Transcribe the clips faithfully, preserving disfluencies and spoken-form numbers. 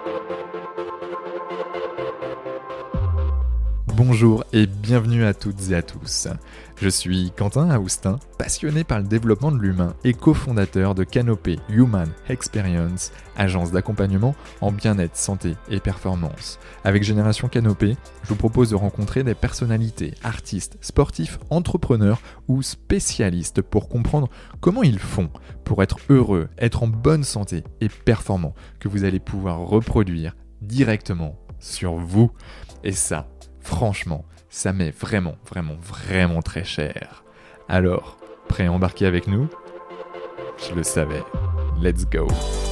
Bonjour et bienvenue à toutes et à tous. Je suis Quentin Aoustin, passionné par le développement de l'humain et cofondateur de Canopé Human Experience, agence d'accompagnement en bien-être, santé et performance. Avec Génération Canopé, je vous propose de rencontrer des personnalités, artistes, sportifs, entrepreneurs ou spécialistes pour comprendre comment ils font pour être heureux, être en bonne santé et performants, que vous allez pouvoir reproduire directement sur vous. Et ça, franchement, ça m'est vraiment, vraiment, vraiment très cher. Alors, prêt à embarquer avec nous ? Je le savais. Let's go !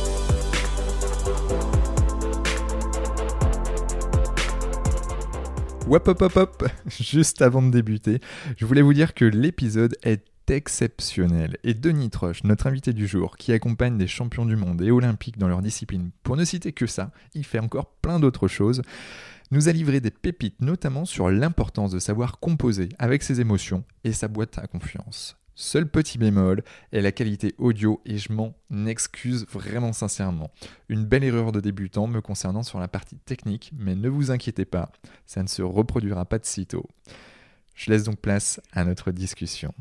Hop hop hop hop. Juste avant de débuter, je voulais vous dire que l'épisode est exceptionnel. Et Denis Troche, notre invité du jour, qui accompagne des champions du monde et olympiques dans leur discipline, pour ne citer que ça, il fait encore plein d'autres choses, nous a livré des pépites, notamment sur l'importance de savoir composer avec ses émotions et sa boîte à confiance. Seul petit bémol est la qualité audio et je m'en excuse vraiment sincèrement. Une belle erreur de débutant me concernant sur la partie technique, mais ne vous inquiétez pas, ça ne se reproduira pas de sitôt. Je laisse donc place à notre discussion.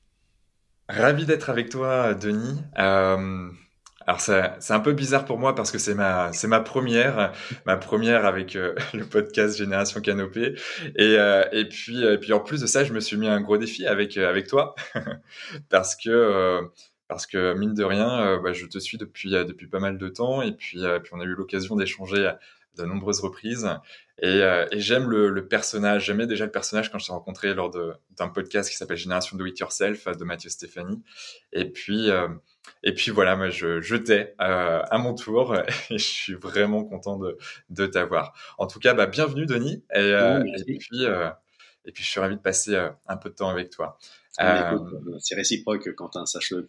Ravi d'être avec toi, Denis. Euh... Alors c'est, c'est un peu bizarre pour moi parce que c'est ma c'est ma première ma première avec euh, le podcast Génération Canopé et euh, et puis et puis en plus de ça je me suis mis un gros défi avec euh, avec toi parce que euh, parce que mine de rien euh, bah, je te suis depuis euh, depuis pas mal de temps et puis euh, puis on a eu l'occasion d'échanger à de nombreuses reprises et, euh, et j'aime le, le personnage j'aimais déjà le personnage quand je t'ai rencontré lors de d'un podcast qui s'appelle Génération Do It Yourself de Mathieu Stéphanie et puis euh, Et puis voilà, moi je, je t'ai euh, à mon tour et je suis vraiment content de, de t'avoir. En tout cas, bah, bienvenue Denis et, euh, Oui, et, puis, euh, et puis je suis ravi de passer euh, un peu de temps avec toi. Ah, euh, écoute, c'est réciproque, Quentin, sache-le.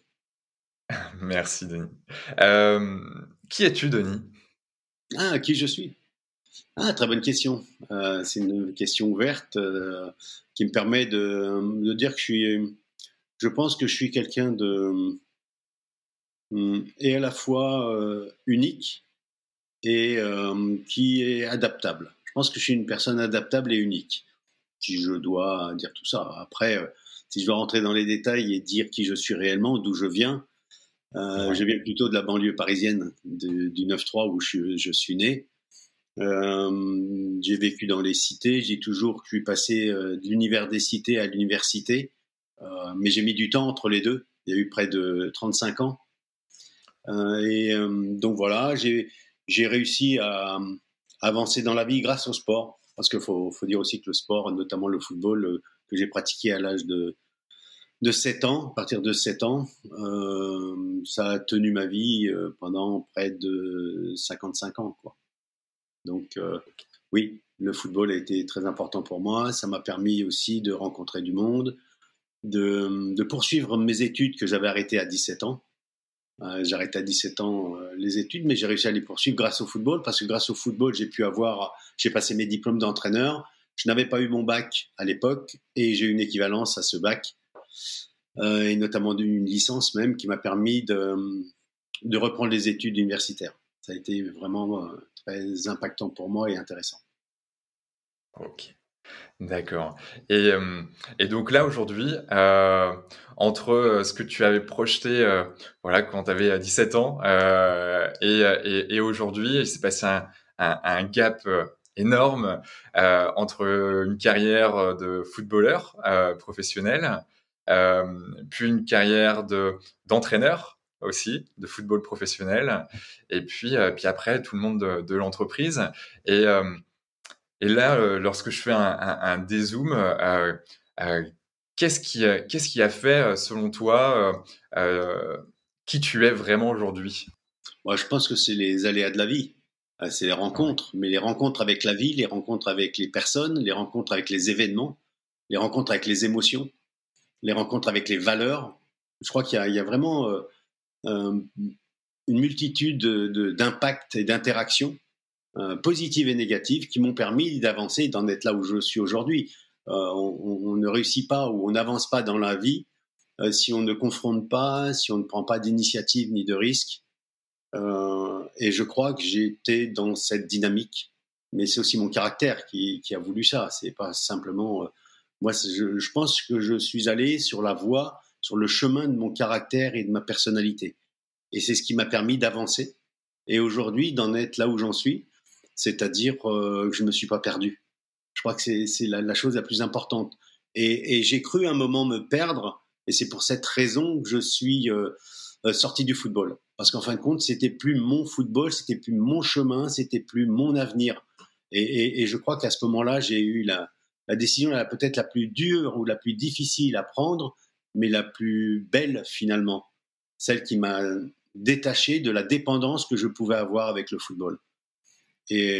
Merci Denis. Euh, qui es-tu Denis ? Ah, qui je suis ? Ah, très bonne question. Euh, c'est une question ouverte euh, qui me permet de, de dire que je suis. Je pense que je suis quelqu'un de et à la fois euh, unique et euh, qui est adaptable. Je pense que je suis une personne adaptable et unique. Si je dois dire tout ça. Après, euh, si je dois rentrer dans les détails et dire qui je suis réellement, d'où je viens, euh, ouais. Je viens plutôt de la banlieue parisienne, de, du neuf trois où je, je suis né. Euh, j'ai vécu dans les cités. J'ai toujours pu passer euh, de l'univers des cités à l'université, euh, mais j'ai mis du temps entre les deux. Il y a eu près de trente-cinq ans. Euh, et euh, donc voilà, j'ai, j'ai réussi à, à avancer dans la vie grâce au sport. Parce qu'il faut, faut dire aussi que le sport, notamment le football, euh, que j'ai pratiqué à l'âge de, de sept ans, à partir de sept ans, euh, ça a tenu ma vie euh, pendant près de cinquante-cinq ans, quoi. Donc euh, oui, le football a été très important pour moi. Ça m'a permis aussi de rencontrer du monde, de, de poursuivre mes études que j'avais arrêtées à dix-sept ans. Euh, j'ai arrêté à dix-sept ans euh, les études, mais j'ai réussi à les poursuivre grâce au football, parce que grâce au football, j'ai pu avoir, j'ai passé mes diplômes d'entraîneur. Je n'avais pas eu mon bac à l'époque et j'ai eu une équivalence à ce bac, euh, et notamment une licence même qui m'a permis de, de reprendre les études universitaires. Ça a été vraiment euh, très impactant pour moi et intéressant. Ok. D'accord. Et, euh, et donc là, aujourd'hui, euh, entre ce que tu avais projeté euh, voilà, quand tu avais dix-sept ans euh, et, et, et aujourd'hui, il s'est passé un, un, un gap énorme euh, entre une carrière de footballeur euh, professionnel, euh, puis une carrière de, d'entraîneur aussi, de football professionnel, et puis, euh, puis après, tout le monde de, de l'entreprise. Et... Euh, Et là, euh, lorsque je fais un, un, un dézoom, euh, euh, qu'est-ce qui, a, qu'est-ce qui a fait, selon toi, euh, euh, qui tu es vraiment aujourd'hui ? Moi, je pense que c'est les aléas de la vie. C'est les rencontres, mais les rencontres avec la vie, les rencontres avec les personnes, les rencontres avec les événements, les rencontres avec les émotions, les rencontres avec les valeurs. Je crois qu'il y a, il y a vraiment euh, euh, une multitude de, de, d'impacts et d'interactions Euh, positives et négatives qui m'ont permis d'avancer et d'en être là où je suis aujourd'hui. Euh, on, on ne réussit pas ou on n'avance pas dans la vie euh, si on ne confronte pas, si on ne prend pas d'initiative ni de risque. Euh, et je crois que j'ai été dans cette dynamique. Mais c'est aussi mon caractère qui, qui a voulu ça. C'est pas simplement. Euh, moi, je, je pense que je suis allé sur la voie, sur le chemin de mon caractère et de ma personnalité. Et c'est ce qui m'a permis d'avancer. Et aujourd'hui, d'en être là où j'en suis, c'est-à-dire euh, que je ne me suis pas perdu. Je crois que c'est, c'est la, la chose la plus importante. Et, et j'ai cru un moment me perdre, et c'est pour cette raison que je suis euh, euh, sorti du football. Parce qu'en fin de compte, c'était plus mon football, c'était plus mon chemin, c'était plus mon avenir. Et, et, et je crois qu'à ce moment-là, j'ai eu la, la décision la, peut-être la plus dure ou la plus difficile à prendre, mais la plus belle finalement, celle qui m'a détaché de la dépendance que je pouvais avoir avec le football. Et,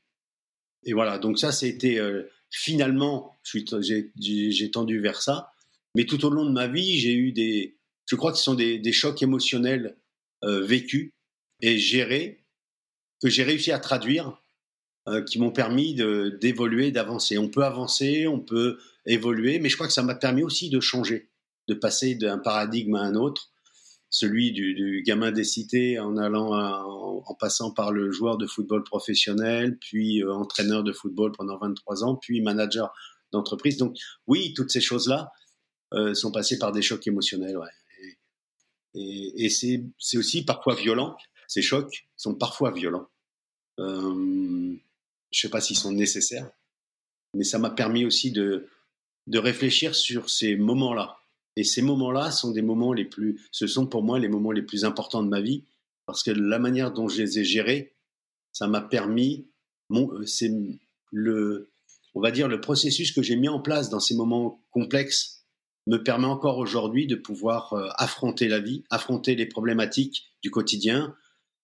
et voilà, donc ça, c'était euh, finalement, je suis, j'ai, j'ai tendu vers ça. Mais tout au long de ma vie, j'ai eu des, je crois que ce sont des, des chocs émotionnels euh, vécus et gérés, que j'ai réussi à traduire, euh, qui m'ont permis de, d'évoluer, d'avancer. On peut avancer, on peut évoluer, mais je crois que ça m'a permis aussi de changer, de passer d'un paradigme à un autre, celui du, du gamin des cités en allant à, en, en passant par le joueur de football professionnel, puis euh, entraîneur de football pendant vingt-trois ans, puis manager d'entreprise. Donc oui, toutes ces choses-là euh, sont passées par des chocs émotionnels. Ouais. Et, et, et c'est, c'est aussi parfois violent. Ces chocs sont parfois violents. Euh, je ne sais pas s'ils sont nécessaires, mais ça m'a permis aussi de, de réfléchir sur ces moments-là. Et ces moments-là sont des moments les plus, ce sont pour moi les moments les plus importants de ma vie, parce que la manière dont je les ai gérés, ça m'a permis, mon, c'est le, on va dire le processus que j'ai mis en place dans ces moments complexes me permet encore aujourd'hui de pouvoir euh, affronter la vie, affronter les problématiques du quotidien,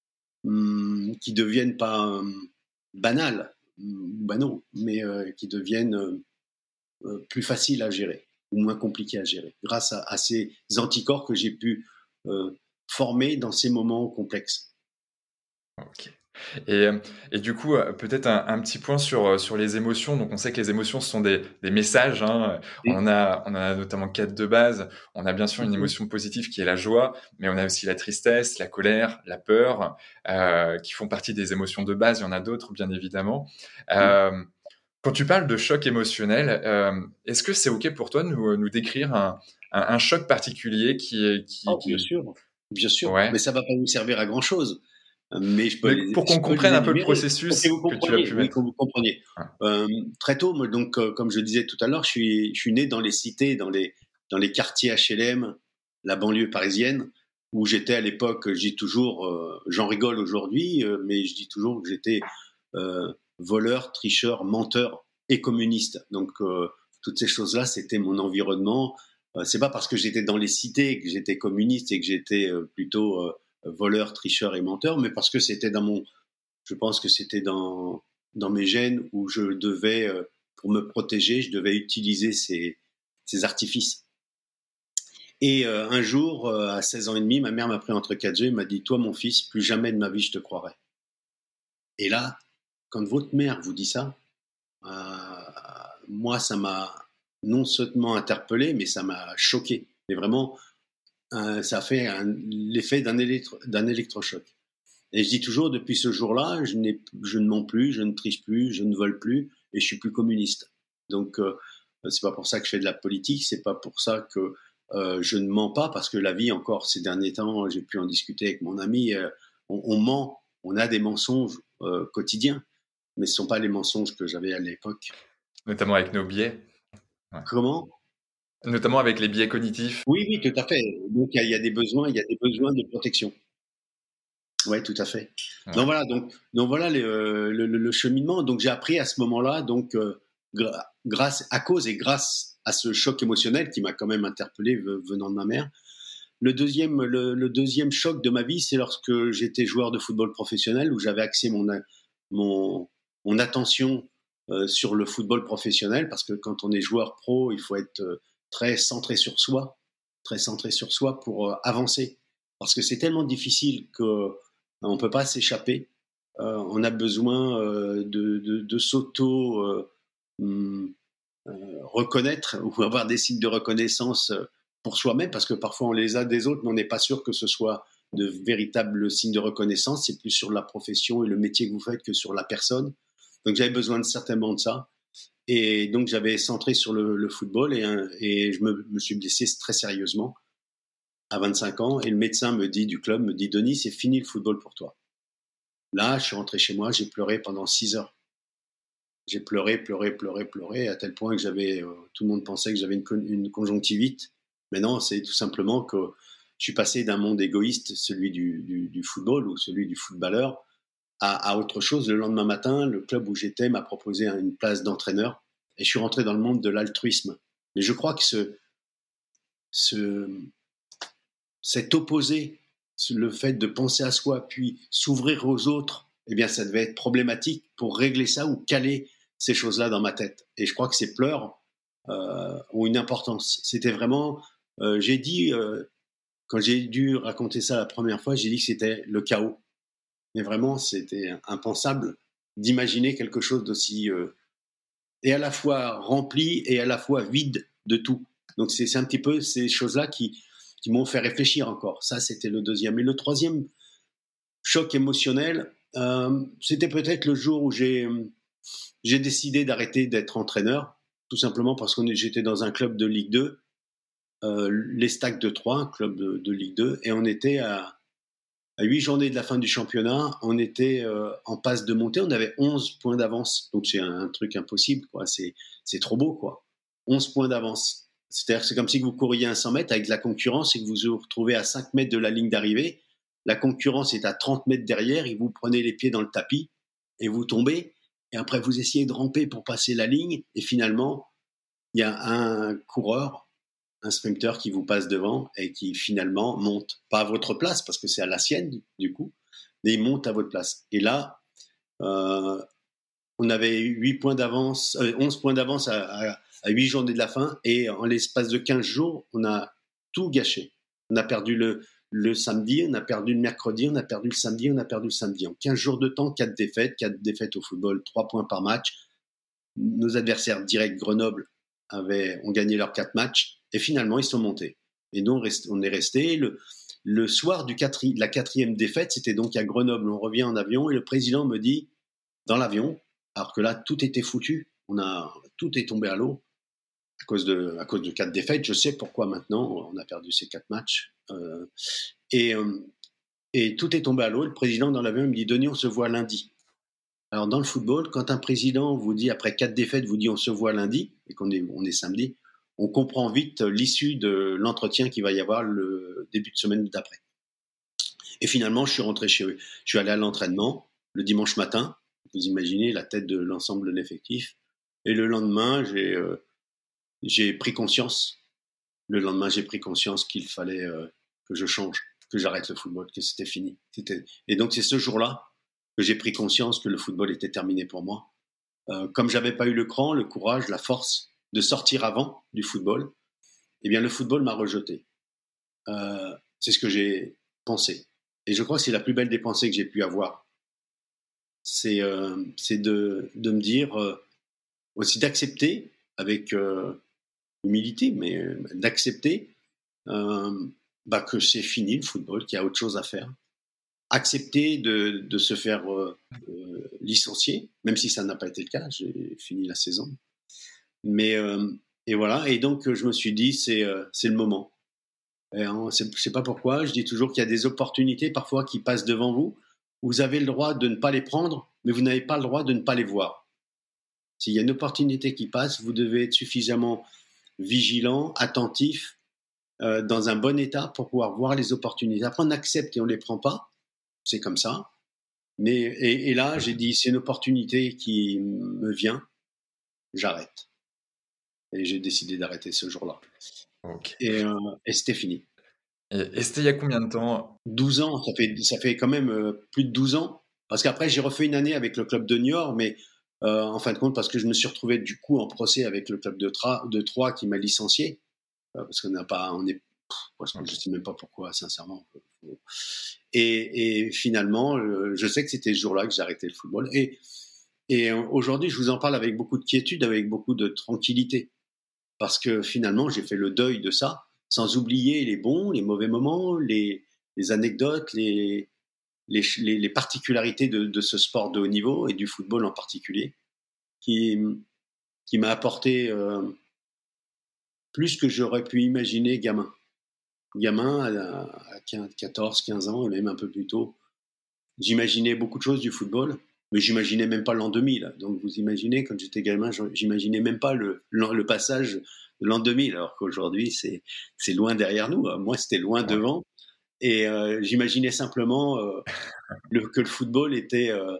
hum, qui deviennent pas hum, banales, hum, banaux, mais euh, qui deviennent euh, euh, plus faciles à gérer ou moins compliqués à gérer, grâce à, à ces anticorps que j'ai pu euh, former dans ces moments complexes. Ok. Et, euh, et du coup, euh, peut-être un, un petit point sur, euh, sur les émotions. Donc, on sait que les émotions ce sont des, des messages. Hein. On en a, on en a notamment quatre de base. On a bien sûr une émotion positive qui est la joie, mais on a aussi la tristesse, la colère, la peur, euh, qui font partie des émotions de base. Il y en a d'autres, bien évidemment. Euh, quand tu parles de choc émotionnel, euh, est-ce que c'est OK pour toi de nous, nous décrire un, un, un choc particulier qui, qui, Oh, qui... bien sûr, bien sûr, Ouais. mais ça ne va pas vous servir à grand-chose. Mais je peux Mais les, pour je qu'on peux les comprenne un peu le énumérer pour que processus vous que tu as compreniez. pu Oui, que mettre. vous compreniez. Ouais. Euh, très tôt, moi, donc, euh, comme je disais tout à l'heure, je suis, je suis né dans les cités, dans les, dans les quartiers H L M, la banlieue parisienne, où j'étais à l'époque, je dis toujours, euh, j'en rigole aujourd'hui, euh, mais je dis toujours que j'étais euh, voleur, tricheur, menteur et communiste. Donc, euh, toutes ces choses-là, c'était mon environnement. Euh, c'est pas parce que j'étais dans les cités que j'étais communiste et que j'étais euh, plutôt euh, voleur, tricheur et menteur, mais parce que c'était dans mon, je pense que c'était dans, dans mes gènes où je devais, euh, pour me protéger, je devais utiliser ces, ces artifices. Et euh, un jour, euh, à seize ans et demi, ma mère m'a pris entre quatre yeux et m'a dit, toi mon fils, plus jamais de ma vie je te croirai. Et là, quand votre mère vous dit ça, euh, moi ça m'a non seulement interpellé, mais ça m'a choqué. Mais vraiment, euh, ça a fait un, l'effet d'un, électro, d'un électrochoc. Et je dis toujours, depuis ce jour-là, je, n'ai, je ne mens plus, je ne triche plus, je ne vole plus, et je suis plus communiste. Donc, euh, c'est pas pour ça que je fais de la politique, c'est pas pour ça que euh, je ne mens pas, parce que la vie, encore ces derniers temps, j'ai pu en discuter avec mon ami, euh, on, on ment, on a des mensonges euh, quotidiens, mais ce ne sont pas les mensonges que j'avais à l'époque. Notamment avec nos biais. Ouais. Comment ? Notamment avec les biais cognitifs. Oui, oui, tout à fait. Donc, il y, y a des besoins, il y a des besoins de protection. Ouais, tout à fait. Ouais. Donc voilà, donc, donc voilà le, le, le, cheminement. Donc j'ai appris à ce moment-là, donc euh, grâce à cause et grâce à ce choc émotionnel qui m'a quand même interpellé venant de ma mère. Le deuxième, le, le deuxième choc de ma vie, c'est lorsque j'étais joueur de football professionnel, où j'avais axé mon mon, mon attention euh, sur le football professionnel, parce que quand on est joueur pro, il faut être euh, très centré sur soi, très centré sur soi pour euh, avancer, parce que c'est tellement difficile que on ne peut pas s'échapper. Euh, on a besoin euh, de, de, de s'auto euh, euh, reconnaître ou avoir des signes de reconnaissance pour soi-même, parce que parfois on les a des autres, mais on n'est pas sûr que ce soit de véritables signes de reconnaissance. C'est plus sur la profession et le métier que vous faites que sur la personne. Donc j'avais besoin de, certainement de ça. Et donc j'avais centré sur le, le football et, et je me, me suis blessé très sérieusement à vingt-cinq ans. Et le médecin me dit, du club me dit, Denis, c'est fini le football pour toi. Là, je suis rentré chez moi, j'ai pleuré pendant six heures. J'ai pleuré, pleuré, pleuré, pleuré, à tel point que j'avais, euh, tout le monde pensait que j'avais une, une conjonctivite. Mais non, c'est tout simplement que je suis passé d'un monde égoïste, celui du, du, du football ou celui du footballeur, à, à autre chose. Le lendemain matin, le club où j'étais m'a proposé une place d'entraîneur et je suis rentré dans le monde de l'altruisme. Mais je crois que ce, ce, cet opposé, le fait de penser à soi puis s'ouvrir aux autres, eh bien, ça devait être problématique pour régler ça ou caler ces choses-là dans ma tête. Et je crois que ces pleurs euh, ont une importance. C'était vraiment, euh, j'ai dit, euh, quand j'ai dû raconter ça la première fois, j'ai dit que c'était le chaos. Mais vraiment, c'était impensable d'imaginer quelque chose d'aussi euh, et à la fois rempli et à la fois vide de tout. Donc c'est, c'est un petit peu ces choses-là qui, qui m'ont fait réfléchir encore. Ça, c'était le deuxième. Et le troisième choc émotionnel, euh, c'était peut-être le jour où j'ai, j'ai décidé d'arrêter d'être entraîneur, tout simplement parce que j'étais dans un club de Ligue deux, euh, les Stacks de Troyes, un club de, de Ligue deux, et on était à, à huit journées de la fin du championnat, on était euh, en passe de montée, on avait onze points d'avance, donc c'est un, un truc impossible, quoi. C'est, c'est trop beau, quoi. onze points d'avance. C'est-à-dire que c'est comme si vous couriez un cent mètres avec de la concurrence et que vous vous retrouvez à cinq mètres de la ligne d'arrivée. La concurrence est à trente mètres derrière, et vous prenez les pieds dans le tapis et vous tombez. Et après, vous essayez de ramper pour passer la ligne. Et finalement, il y a un coureur, un sprinter qui vous passe devant et qui finalement monte, pas à votre place, parce que c'est à la sienne, du coup, mais il monte à votre place. Et là, euh, on avait huit points d'avance, euh, onze points d'avance à, à, à huit journées de la fin. Et en l'espace de quinze jours, on a tout gâché. On a perdu le, le samedi, on a perdu le mercredi, on a perdu le samedi, on a perdu le samedi. En quinze jours de temps, quatre défaites, quatre défaites au football, trois points par match. Nos adversaires directs, Grenoble, avaient, ont gagné leurs quatre matchs et finalement, ils sont montés. Et nous, on est resté. Le, le soir du quatri, de la quatrième défaite, c'était donc à Grenoble. On revient en avion et le président me dit, dans l'avion, alors que là, tout était foutu, on a, tout est tombé à l'eau, à cause de, à cause de quatre défaites. Je sais pourquoi maintenant, on a perdu ces quatre matchs. Euh, et, euh, et tout est tombé à l'eau. Le président dans l'avion me dit, Denis, on se voit lundi. Alors dans le football, quand un président vous dit, après quatre défaites, vous dit on se voit lundi, et qu'on est, on est samedi, on comprend vite l'issue de l'entretien qu'il va y avoir le début de semaine d'après. Et finalement, je suis rentré chez eux. Je suis allé à l'entraînement le dimanche matin. Vous imaginez la tête de l'ensemble de l'effectif. Et le lendemain, j'ai, euh, j'ai pris conscience. Le lendemain, j'ai pris conscience qu'il fallait euh, que je change, que j'arrête le football, que c'était fini. C'était... Et donc, c'est ce jour-là que j'ai pris conscience que le football était terminé pour moi. Euh, comme j'avais pas eu le cran, le courage, la force de sortir avant du football, eh bien, le football m'a rejeté. Euh, c'est ce que j'ai pensé. Et je crois que c'est la plus belle des pensées que j'ai pu avoir. C'est, euh, c'est de, de me dire, euh, aussi d'accepter, avec euh, humilité, mais euh, d'accepter euh, bah, que c'est fini le football, qu'il y a autre chose à faire. Accepter de, de se faire euh, euh, licencier, même si ça n'a pas été le cas, j'ai fini la saison. Mais, euh, et voilà, et donc je me suis dit, c'est, euh, c'est le moment. Et, hein, c'est, je sais pas pourquoi, je dis toujours qu'il y a des opportunités parfois qui passent devant vous. Vous avez le droit de ne pas les prendre, mais vous n'avez pas le droit de ne pas les voir. S'il y a une opportunité qui passe, vous devez être suffisamment vigilant, attentif, euh, dans un bon état pour pouvoir voir les opportunités. Après, on accepte et on ne les prend pas, c'est comme ça. Mais, et, et là, j'ai dit, c'est une opportunité qui me vient, j'arrête. Et j'ai décidé d'arrêter ce jour-là. Okay. Et, euh, et c'était fini. Et, et c'était il y a combien de temps ? douze ans, ça fait, ça fait quand même euh, plus de douze ans. Parce qu'après, j'ai refait une année avec le club de Niort, mais euh, en fin de compte, parce que je me suis retrouvé du coup en procès avec le club de, Tra- de Troyes qui m'a licencié. Euh, parce qu'on n'a pas, on est, parce que je ne sais même pas pourquoi, sincèrement. Et, et finalement, euh, je sais que c'était ce jour-là que j'ai arrêté le football. Et, et euh, aujourd'hui, je vous en parle avec beaucoup de quiétude, avec beaucoup de tranquillité. Parce que finalement, j'ai fait le deuil de ça, sans oublier les bons, les mauvais moments, les, les anecdotes, les, les, les, les particularités de, de ce sport de haut niveau et du football en particulier, qui, qui m'a apporté euh, plus que j'aurais pu imaginer gamin. Gamin, à, à quatorze, quinze ans, et même un peu plus tôt, j'imaginais beaucoup de choses du football, mais j'imaginais même pas l'an deux mille. Donc vous imaginez, quand j'étais gamin, j'imaginais même pas le, le passage de l'an deux mille, alors qu'aujourd'hui, c'est, c'est loin derrière nous. Moi, c'était loin ouais. devant. Et euh, j'imaginais simplement euh, le, que le football était, euh,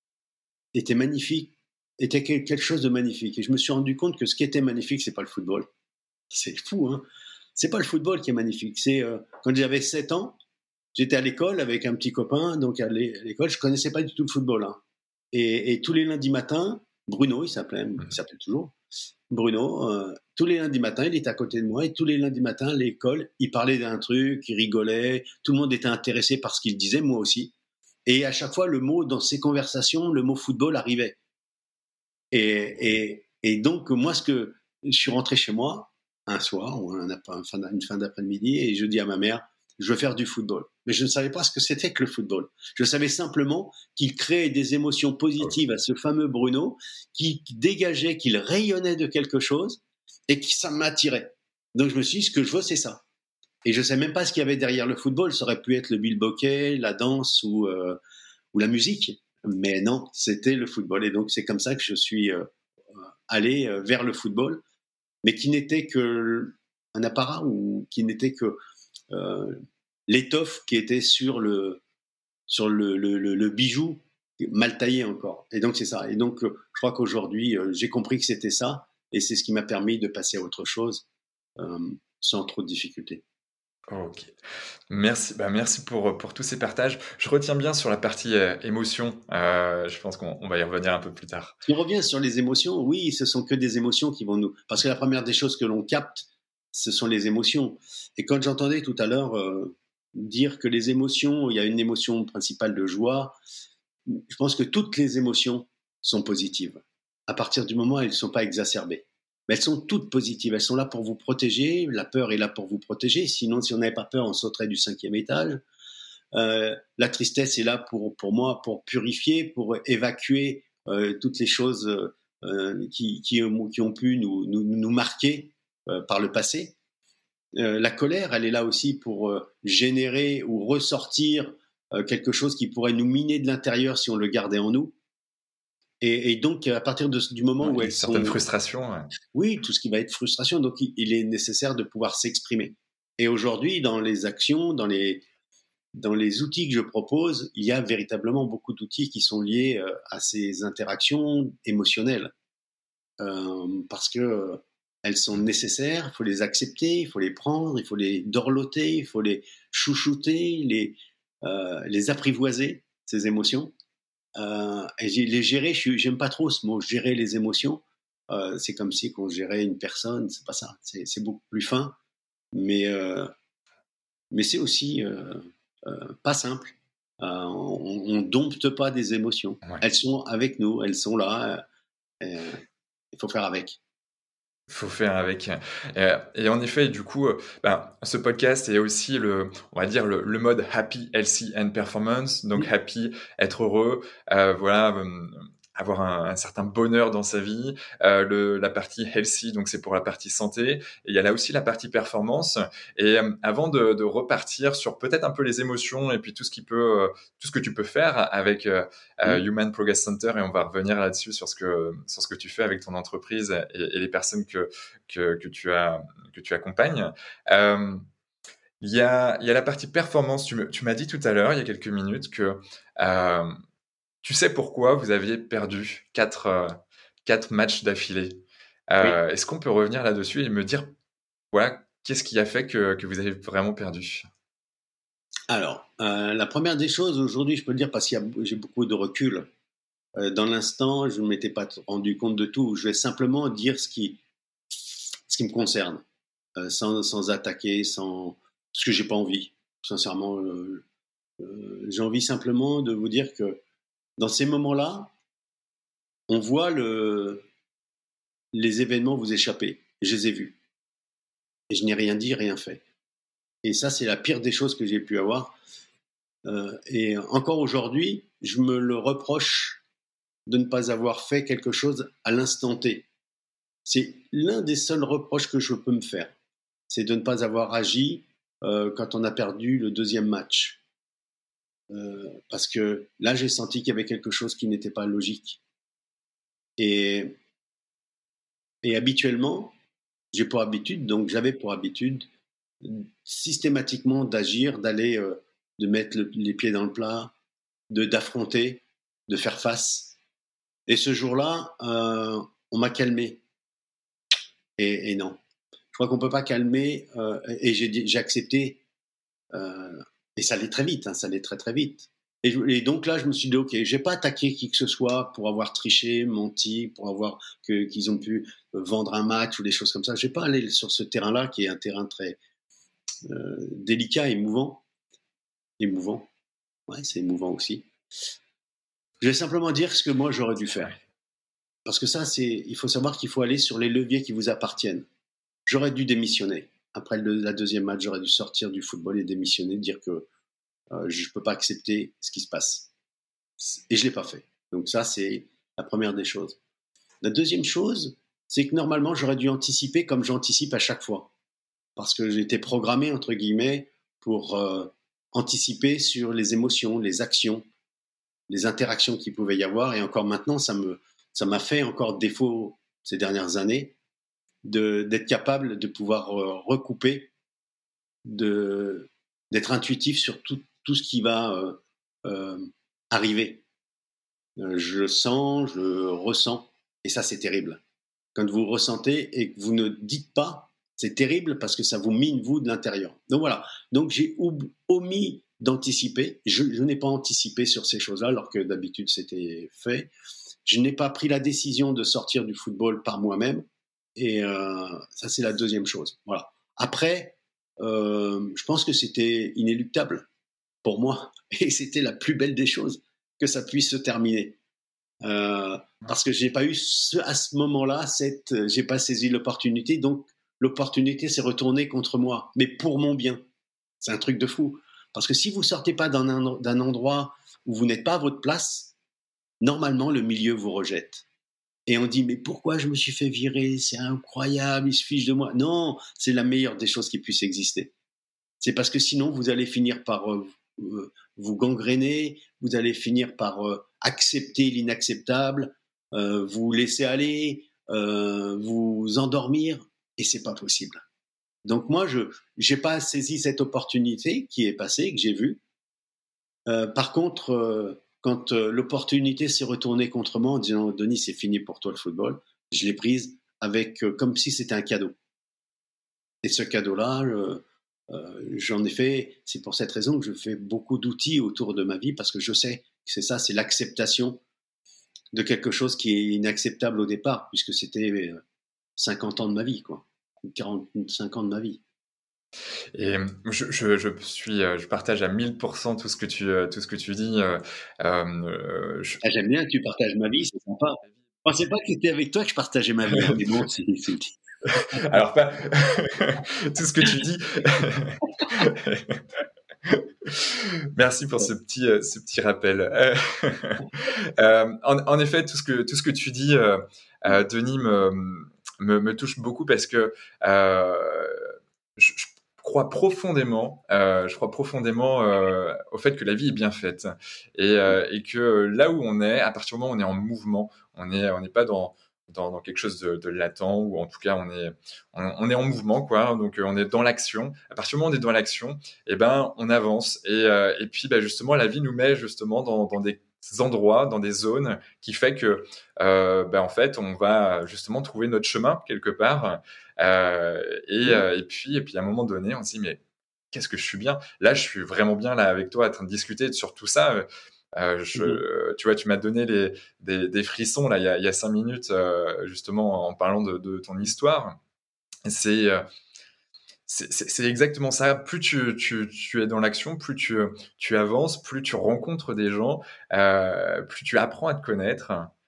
était magnifique, était quelque chose de magnifique. Et je me suis rendu compte que ce qui était magnifique, c'est pas le football. C'est fou, hein. C'est pas le football qui est magnifique. C'est euh, quand j'avais sept ans, j'étais à l'école avec un petit copain, donc à l'école, je connaissais pas du tout le football. Hein. Et, et tous les lundis matins, Bruno, il s'appelait, il s'appelle toujours, Bruno, euh, tous les lundis matins, il était à côté de moi, et tous les lundis matins, à l'école, il parlait d'un truc, il rigolait, tout le monde était intéressé par ce qu'il disait, moi aussi. Et à chaque fois, le mot, dans ces conversations, le mot football arrivait. Et, et, et donc, moi, ce que je suis rentré chez moi un soir, ou un, une fin d'après-midi, et je dis à ma mère, je veux faire du football. Mais je ne savais pas ce que c'était que le football. Je savais simplement qu'il créait des émotions positives à ce fameux Bruno, qui dégageait, qu'il rayonnait de quelque chose, et qui ça m'attirait. Donc je me suis dit, ce que je veux, c'est ça. Et je ne sais même pas ce qu'il y avait derrière le football. Ça aurait pu être le bilboquet, la danse ou, euh, ou la musique. Mais non, c'était le football. Et donc c'est comme ça que je suis euh, allé vers le football, mais qui n'était que un apparat ou qui n'était que euh, l'étoffe qui était sur le sur le, le, le, le bijou mal taillé encore. Et donc c'est ça. Et donc euh, je crois qu'aujourd'hui euh, j'ai compris que c'était ça, et c'est ce qui m'a permis de passer à autre chose euh, sans trop de difficultés. Ok, merci, bah merci pour, pour tous ces partages. Je retiens bien sur la partie euh, émotion, euh, je pense qu'on on va y revenir un peu plus tard. Si on revient sur les émotions, oui, ce sont que des émotions qui vont nous... Parce que la première des choses que l'on capte, ce sont les émotions. Et quand j'entendais tout à l'heure euh, dire que les émotions, il y a une émotion principale de joie, je pense que toutes les émotions sont positives, à partir du moment où elles ne sont pas exacerbées. Mais elles sont toutes positives, elles sont là pour vous protéger, la peur est là pour vous protéger, sinon si on n'avait pas peur, on sauterait du cinquième étage. Euh, la tristesse est là pour, pour moi, pour purifier, pour évacuer euh, toutes les choses euh, qui, qui, qui ont pu nous, nous, nous marquer euh, par le passé. Euh, la colère, elle est là aussi pour euh, générer ou ressortir euh, quelque chose qui pourrait nous miner de l'intérieur si on le gardait en nous. Et, et donc, à partir de, du moment ouais, où elles certaines sont... frustrations. Ouais. Oui, tout ce qui va être frustration. Donc, il, il est nécessaire de pouvoir s'exprimer. Et aujourd'hui, dans les actions, dans les, dans les outils que je propose, il y a véritablement beaucoup d'outils qui sont liés euh, à ces interactions émotionnelles. Euh, parce que euh, elles sont nécessaires, il faut les accepter, il faut les prendre, il faut les dorloter, il faut les chouchouter, les, euh, les apprivoiser, ces émotions. Euh, et les gérer, je j'aime pas trop ce mot, gérer les émotions. Euh, c'est comme si on gérait une personne, c'est pas ça. C'est, c'est beaucoup plus fin, mais euh, mais c'est aussi euh, euh, pas simple. Euh, on, on dompte pas des émotions. Ouais. Elles sont avec nous, elles sont là. Euh, il faut faire avec. Il faut faire avec. Et, et en effet, du coup, ben, ce podcast est aussi le, on va dire le, le mode happy, healthy and performance. Donc mmh. happy, être heureux, euh, voilà, euh, avoir un, un certain bonheur dans sa vie. Euh, le, la partie healthy, donc c'est pour la partie santé. Et il y a là aussi la partie performance. Et euh, avant de, de repartir sur peut-être un peu les émotions et puis tout ce qui peut, euh, tout ce que tu peux faire avec euh, mmh. Human Progress Center, et on va revenir là-dessus sur ce que sur ce que tu fais avec ton entreprise et, et les personnes que que, que tu as que tu accompagnes. Euh, il y a il y a la partie performance. Tu, me, tu m'as dit tout à l'heure, il y a quelques minutes, que euh, tu sais pourquoi vous aviez perdu quatre, euh, quatre matchs d'affilée. Euh, oui. Est-ce qu'on peut revenir là-dessus et me dire, voilà, qu'est-ce qui a fait que, que vous avez vraiment perdu ? Alors, euh, la première des choses, aujourd'hui, je peux le dire parce que j'ai beaucoup de recul. Euh, dans l'instant, je ne m'étais pas rendu compte de tout. Je vais simplement dire ce qui, ce qui me concerne, euh, sans, sans attaquer, sans... parce que j'ai pas envie. Sincèrement, euh, euh, j'ai envie simplement de vous dire que dans ces moments-là, on voit le, les événements vous échapper. Je les ai vus. Et je n'ai rien dit, rien fait. Et ça, c'est la pire des choses que j'ai pu avoir. Euh, et encore aujourd'hui, je me le reproche de ne pas avoir fait quelque chose à l'instant T. C'est l'un des seuls reproches que je peux me faire. C'est de ne pas avoir agi euh, quand on a perdu le deuxième match. Euh, parce que là, j'ai senti qu'il y avait quelque chose qui n'était pas logique. Et, et habituellement, j'ai pour habitude, donc j'avais pour habitude systématiquement d'agir, d'aller, euh, de mettre le, les pieds dans le plat, de d'affronter, de faire face. Et ce jour-là, euh, on m'a calmé. Et, et non, je crois qu'on peut pas calmer. Euh, et j'ai, j'ai accepté. Euh, et ça allait très vite, hein, ça allait très très vite. Et, je, et donc là, je me suis dit, ok, j'ai pas attaqué qui que ce soit pour avoir triché, menti, pour avoir que qu'ils ont pu vendre un match ou des choses comme ça. Je vais pas aller sur ce terrain-là qui est un terrain très euh, délicat, émouvant, émouvant. Ouais, c'est émouvant aussi. Je vais simplement dire ce que moi j'aurais dû faire. Parce que ça, c'est, il faut savoir qu'il faut aller sur les leviers qui vous appartiennent. J'aurais dû démissionner. Après le, la deuxième match, j'aurais dû sortir du football et démissionner, dire que euh, je ne peux pas accepter ce qui se passe. Et je ne l'ai pas fait. Donc ça, c'est la première des choses. La deuxième chose, c'est que normalement, j'aurais dû anticiper comme j'anticipe à chaque fois. Parce que j'étais programmé, entre guillemets, pour euh, anticiper sur les émotions, les actions, les interactions qu'il pouvait y avoir. Et encore maintenant, ça me, ça m'a fait encore défaut ces dernières années de, d'être capable de pouvoir euh, recouper, de, d'être intuitif sur tout, tout ce qui va euh, euh, arriver. Euh, je le sens, je le ressens, et ça c'est terrible. Quand vous ressentez et que vous ne dites pas, c'est terrible parce que ça vous mine vous de l'intérieur. Donc voilà, donc j'ai omis d'anticiper, je, je n'ai pas anticipé sur ces choses-là alors que d'habitude c'était fait. Je n'ai pas pris la décision de sortir du football par moi-même. Et euh, ça, c'est la deuxième chose. Voilà. Après, euh, je pense que c'était inéluctable pour moi. Et c'était la plus belle des choses que ça puisse se terminer. Euh, parce que j'ai pas eu ce, à ce moment-là, cette, j'ai pas saisi l'opportunité. Donc, l'opportunité s'est retournée contre moi, mais pour mon bien. C'est un truc de fou. Parce que si vous sortez pas d'un, d'un endroit où vous n'êtes pas à votre place, normalement, le milieu vous rejette. Et on dit, mais pourquoi je me suis fait virer? C'est incroyable, ils se fichent de moi. Non, c'est la meilleure des choses qui puissent exister. C'est parce que sinon, vous allez finir par euh, vous gangréner, vous allez finir par euh, accepter l'inacceptable, euh, vous laisser aller, euh, vous endormir, et c'est pas possible. Donc moi, je n'ai pas saisi cette opportunité qui est passée, que j'ai vue. Euh, par contre... Euh, Quand euh, l'opportunité s'est retournée contre moi en disant Denis, c'est fini pour toi le football, je l'ai prise avec euh, comme si c'était un cadeau. Et ce cadeau-là, euh, euh, j'en ai fait. C'est pour cette raison que je fais beaucoup d'outils autour de ma vie parce que je sais que c'est ça, c'est l'acceptation de quelque chose qui est inacceptable au départ, puisque c'était euh, cinquante ans de ma vie, quoi, quarante-cinq ans de ma vie. Et je, je, je suis, je partage à mille pour cent tout ce que tu, tout ce que tu dis. Euh, euh, je... ah, j'aime bien que tu partages ma vie, c'est sympa. Je pensais pas que c'était avec toi que je partageais ma vie, hein, mais bon, c'est, c'est... Alors pas tout ce que tu dis. Merci pour ce petit, euh, ce petit rappel. Euh, euh, en, en effet, tout ce que, tout ce que tu dis, euh, euh, Denis, me, me, me touche beaucoup parce que euh, je, je crois profondément, euh, je crois profondément euh, au fait que la vie est bien faite et, euh, et que là où on est, à partir du moment où on est en mouvement, on n'est on n'est pas dans, dans, dans quelque chose de, de latent ou en tout cas on est, on, on est en mouvement, quoi. Donc on est dans l'action. À partir du moment où on est dans l'action, eh ben, on avance et, euh, et puis bah, justement la vie nous met justement dans, dans des endroits, dans des zones qui fait que euh, bah, en fait on va justement trouver notre chemin quelque part. Euh, et, euh, et puis et puis à un moment donné on se dit mais qu'est-ce que je suis bien là, je suis vraiment bien là avec toi en train de discuter sur tout ça. Euh, je, mm-hmm. Tu vois, tu m'as donné les, des, des frissons là il y a, il y a cinq minutes euh, justement en parlant de, de ton histoire. C'est, euh, c'est, c'est, c'est exactement ça. Plus tu, tu, tu es dans l'action, plus tu, tu avances, plus tu rencontres des gens, euh, plus tu apprends à te connaître.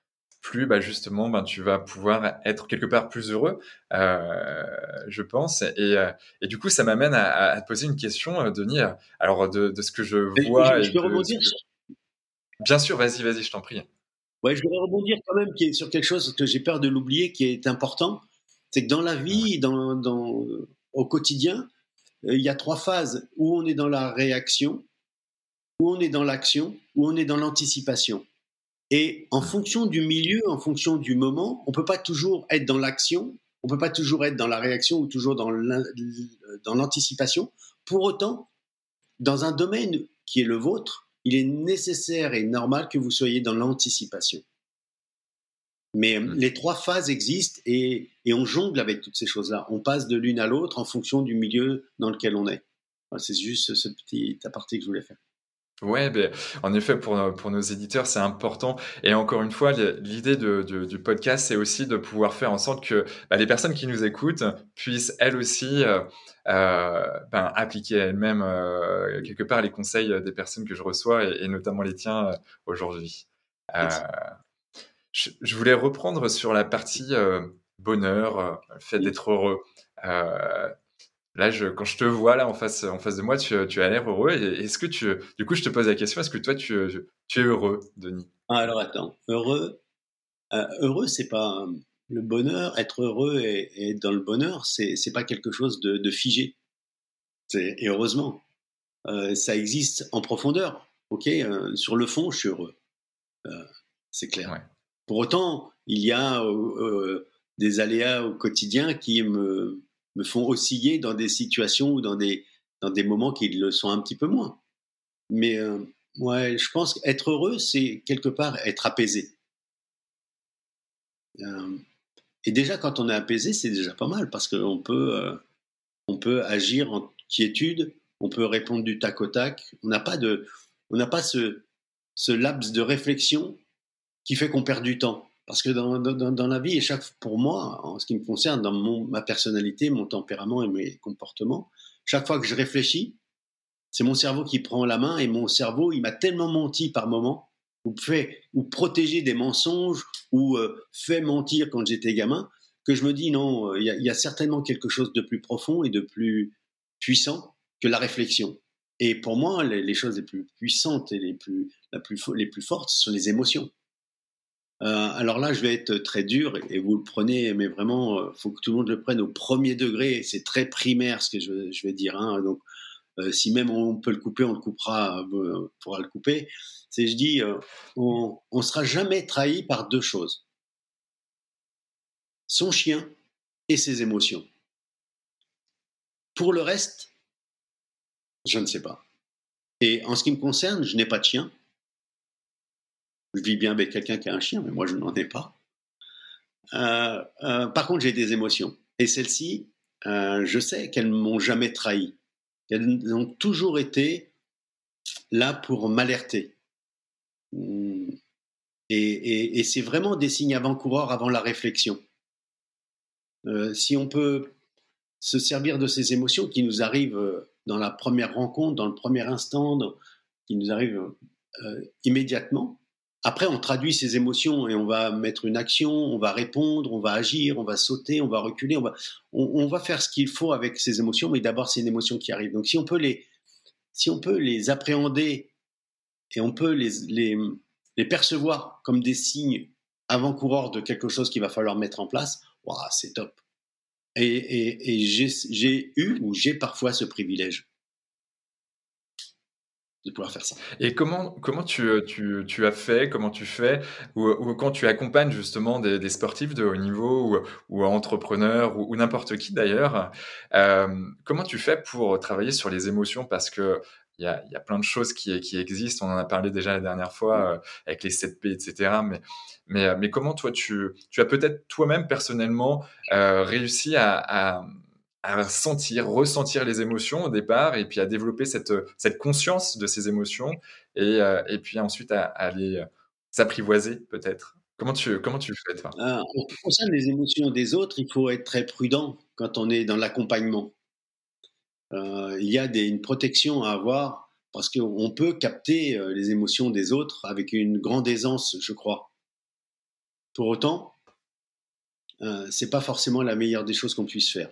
plus bah, justement ben, tu vas pouvoir être quelque part plus heureux, euh, je pense. Et, euh, et du coup, ça m'amène à, à te poser une question, euh, Denis. Alors, de, de ce que je Je, vois je et peux de ce rebondir que... sur, Bien sûr, vas-y, vas-y, je t'en prie. ouais, je voudrais rebondir quand même qui est sur quelque chose que j'ai peur de l'oublier, qui est important. C'est que dans la Ouais. vie, dans, dans, au quotidien, euh, il y a trois phases où on est dans la réaction, où on est dans l'action, où on est dans l'anticipation. Et en fonction du milieu, en fonction du moment, on ne peut pas toujours être dans l'action, on ne peut pas toujours être dans la réaction ou toujours dans l'anticipation. Pour autant, dans un domaine qui est le vôtre, il est nécessaire et normal que vous soyez dans l'anticipation. Mais Mm. les trois phases existent et, et on jongle avec toutes ces choses-là. On passe de l'une à l'autre en fonction du milieu dans lequel on est. C'est juste ce petit aparté que je voulais faire. Ouais, ben, en effet, pour, nos- pour nos éditeurs, c'est important. Et encore une fois, li- l'idée de, de- du podcast, c'est aussi de pouvoir faire en sorte que bah, les personnes qui nous écoutent puissent elles aussi euh, euh, ben, appliquer elles-mêmes euh, quelque part les conseils des personnes que je reçois et, et notamment les tiens euh, aujourd'hui. Euh, Merci. je, je voulais reprendre sur la partie euh, bonheur, euh, le fait Oui. d'être heureux. Euh, Là, je, quand je te vois là en face, en face de moi, tu, tu as l'air heureux. Et est-ce que tu, du coup, je te pose la question, est-ce que toi, tu, tu es heureux, Denis? Ah, alors attends, heureux, euh, heureux, c'est pas euh, le bonheur. Être heureux et, et être dans le bonheur, c'est c'est pas quelque chose de, de figé. C'est- Et heureusement, euh, ça existe en profondeur. Ok, euh, sur le fond, je suis heureux, euh, c'est clair. Ouais. Pour autant, il y a euh, euh, des aléas au quotidien qui me, me font osciller dans des situations ou dans des, dans des moments qui le sont un petit peu moins. Mais euh, ouais, je pense qu'être heureux, c'est quelque part être apaisé. Euh, et déjà, quand on est apaisé, c'est déjà pas mal parce qu'on peut, euh, on peut agir en quiétude, on peut répondre du tac au tac. On n'a pas de, on n'a pas ce, ce laps de réflexion qui fait qu'on perd du temps. Parce que dans, dans, dans la vie, et chaque, pour moi, en ce qui me concerne, dans mon, ma personnalité, mon tempérament et mes comportements, chaque fois que je réfléchis, c'est mon cerveau qui prend la main et mon cerveau, il m'a tellement menti par moments, ou fait, ou protégé des mensonges, ou euh, fait mentir quand j'étais gamin, que je me dis non, il y, y, a certainement quelque chose de plus profond et de plus puissant que la réflexion. Et pour moi, les, les choses les plus puissantes et les plus, la plus, les plus fortes, ce sont les émotions. Euh, alors là, je vais être très dur et vous le prenez, mais vraiment, il euh, faut que tout le monde le prenne au premier degré. C'est très primaire ce que je, je vais dire. Hein. Donc, euh, si même on peut le couper, on le coupera, euh, on pourra le couper. C'est, je dis, euh, on ne sera jamais trahi par deux choses son chien et ses émotions. Pour le reste, je ne sais pas. Et en ce qui me concerne, je n'ai pas de chien. Je vis bien avec quelqu'un qui a un chien, mais moi, je n'en ai pas. Euh, euh, par contre, j'ai des émotions. Et celles-ci, euh, je sais qu'elles ne m'ont jamais trahi. Elles ont toujours été là pour m'alerter. Et, et, et c'est vraiment des signes avant-coureurs avant la réflexion. Euh, si on peut se servir de ces émotions qui nous arrivent dans la première rencontre, dans le premier instant, dans, qui nous arrivent euh, immédiatement, après, on traduit ces émotions et on va mettre une action, on va répondre, on va agir, on va sauter, on va reculer, on va, on, on va faire ce qu'il faut avec ces émotions, mais d'abord, c'est une émotion qui arrive. Donc, si on peut les, si on peut les appréhender et on peut les, les, les percevoir comme des signes avant-coureurs de quelque chose qu'il va falloir mettre en place, wow, c'est top. Et, et, et j'ai, j'ai eu ou j'ai parfois ce privilège de pouvoir faire ça. Et comment, comment tu, tu, tu as fait, comment tu fais, ou, ou quand tu accompagnes justement des, des sportifs de haut niveau ou, ou entrepreneurs ou, ou n'importe qui d'ailleurs, euh, comment tu fais pour travailler sur les émotions? Parce que il y a, y a plein de choses qui, qui existent, on en a parlé déjà la dernière fois euh, avec les sept P, et cetera. Mais, mais, mais comment toi, tu, tu as peut-être toi-même personnellement euh, réussi à, à à sentir, ressentir les émotions au départ, et puis à développer cette, cette conscience de ces émotions, et, euh, et puis ensuite à, à les euh, s'apprivoiser peut-être. Comment tu, comment tu fais, toi? Euh, en ce qui concerne les émotions des autres, il faut être très prudent quand on est dans l'accompagnement. Euh, il y a des, une protection à avoir parce qu'on peut capter euh, les émotions des autres avec une grande aisance, je crois. Pour autant, euh, c'est pas forcément la meilleure des choses qu'on puisse faire.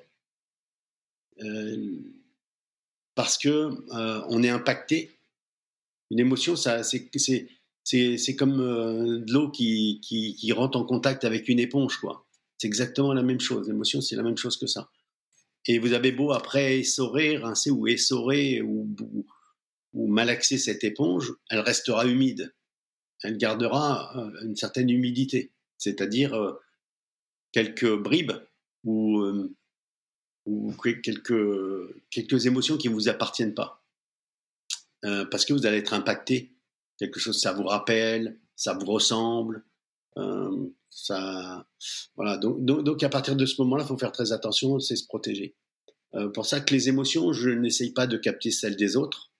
Euh, parce que euh, on est impacté. Une émotion, ça, c'est, c'est, c'est, c'est comme euh, de l'eau qui, qui, qui rentre en contact avec une éponge, quoi. C'est exactement la même chose. L'émotion, c'est la même chose que ça. Et vous avez beau après essorer, rincer ou essorer ou, ou, ou malaxer cette éponge, elle restera humide. Elle gardera euh, une certaine humidité, c'est-à-dire euh, quelques bribes ou, euh, ou quelques, quelques émotions qui ne vous appartiennent pas. Euh, parce que vous allez être impacté. Quelque chose, ça vous rappelle, ça vous ressemble. Euh, ça, voilà. Donc, donc, donc, à partir de ce moment-là, il faut faire très attention, c'est se protéger. Euh, pour ça que les émotions, je n'essaye pas de capter celles des autres.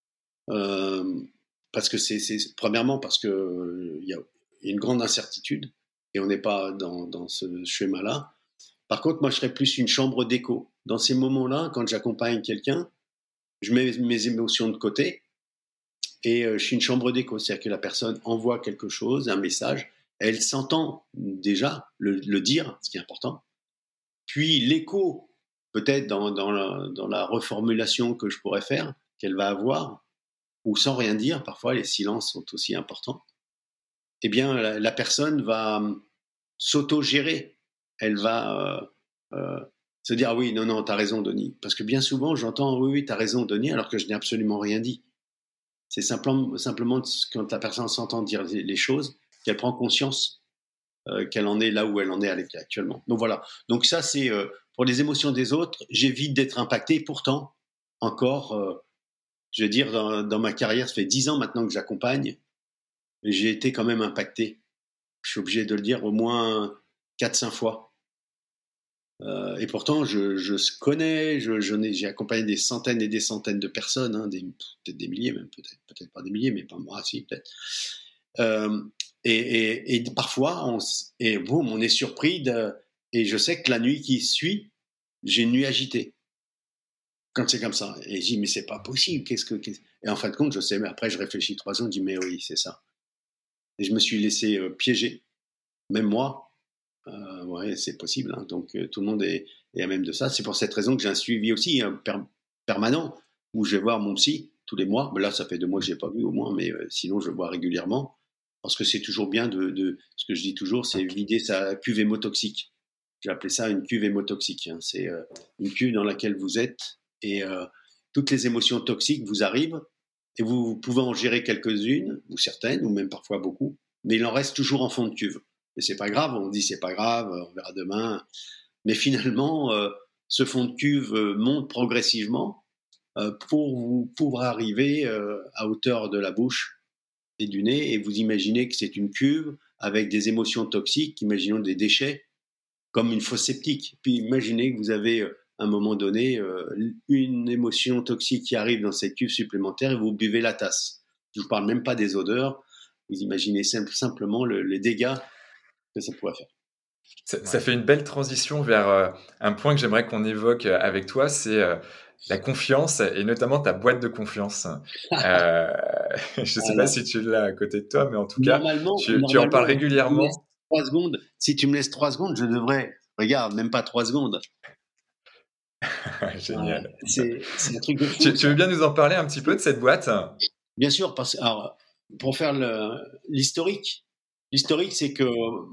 Euh, parce que c'est, c'est premièrement parce que il euh, y a une grande incertitude et on n'est pas dans, dans ce schéma-là. Par contre, moi, je serais plus une chambre d'écho. Dans ces moments-là, quand j'accompagne quelqu'un, je mets mes émotions de côté et euh, je suis une chambre d'écho. C'est-à-dire que la personne envoie quelque chose, un message, elle s'entend déjà le, le dire, ce qui est important. Puis l'écho, peut-être dans, dans, la, dans la reformulation que je pourrais faire, qu'elle va avoir, ou sans rien dire, parfois les silences sont aussi importants, eh bien la, la personne va euh, s'auto-gérer. Elle va euh, euh, se dire ah oui, non, non, t'as raison, Denis. Parce que bien souvent, j'entends oui, oui, t'as raison, Denis, alors que je n'ai absolument rien dit. C'est simplement, simplement quand la personne s'entend dire les choses, qu'elle prend conscience euh, qu'elle en est là où elle en est actuellement. Donc voilà. Donc ça, c'est euh, pour les émotions des autres, j'évite d'être impacté. Pourtant, encore, euh, je veux dire, dans, dans ma carrière, ça fait dix ans maintenant que j'accompagne, j'ai été quand même impacté. Je suis obligé de le dire au moins quatre cinq fois. Euh, et pourtant, je, je connais, je, je n'ai, j'ai accompagné des centaines et des centaines de personnes, hein, des, peut-être des milliers même, peut-être, peut-être pas des milliers, mais pas moi, si, peut-être. Euh, et, et, et parfois, on, et boum, on est surpris de, et je sais que la nuit qui suit, j'ai une nuit agitée. Quand c'est comme ça. Et je dis, mais c'est pas possible, qu'est-ce que, qu'est-ce... Et en fin de compte, je sais, mais après, je réfléchis trois secondes, je dis, mais oui, c'est ça. Et je me suis laissé euh, piéger. Même moi, euh, ouais, c'est possible. Hein. Donc, euh, tout le monde est, est à même de ça. C'est pour cette raison que j'ai un suivi aussi hein, per- permanent, où je vais voir mon psy tous les mois. Mais là, ça fait deux mois que je l'ai pas vu au moins, mais euh, sinon, je le vois régulièrement. Parce que c'est toujours bien de, de, ce que je dis toujours, c'est vider sa cuve hémotoxique. J'ai appelé ça une cuve hémotoxique. Hein. C'est euh, une cuve dans laquelle vous êtes et euh, toutes les émotions toxiques vous arrivent et vous, vous pouvez en gérer quelques-unes, ou certaines, ou même parfois beaucoup, mais il en reste toujours en fond de cuve. Et c'est pas grave, on dit c'est pas grave, on verra demain. Mais finalement, euh, ce fond de cuve euh, monte progressivement euh, pour vous pour arriver euh, à hauteur de la bouche et du nez, et vous imaginez que c'est une cuve avec des émotions toxiques, imaginons des déchets, comme une fosse septique. Puis imaginez que vous avez à un moment donné euh, une émotion toxique qui arrive dans cette cuve supplémentaire et vous buvez la tasse. Je ne vous parle même pas des odeurs, vous imaginez simple, simplement le, les dégâts que ça pourrait faire. Ça, ouais. Ça fait une belle transition vers euh, un point que j'aimerais qu'on évoque avec toi, c'est euh, la confiance et notamment ta boîte de confiance. Euh, je ne sais Alors, pas si tu l'as à côté de toi, mais en tout cas, normalement, tu, normalement, tu en parles régulièrement. Trois secondes. Si tu me laisses trois secondes, je devrais. Regarde, même pas trois secondes. Génial. Ouais, c'est, c'est un truc de fou. Tu, tu veux bien nous en parler un petit peu de cette boîte ? Bien sûr, parce alors, pour faire le, l'historique, l'historique, c'est que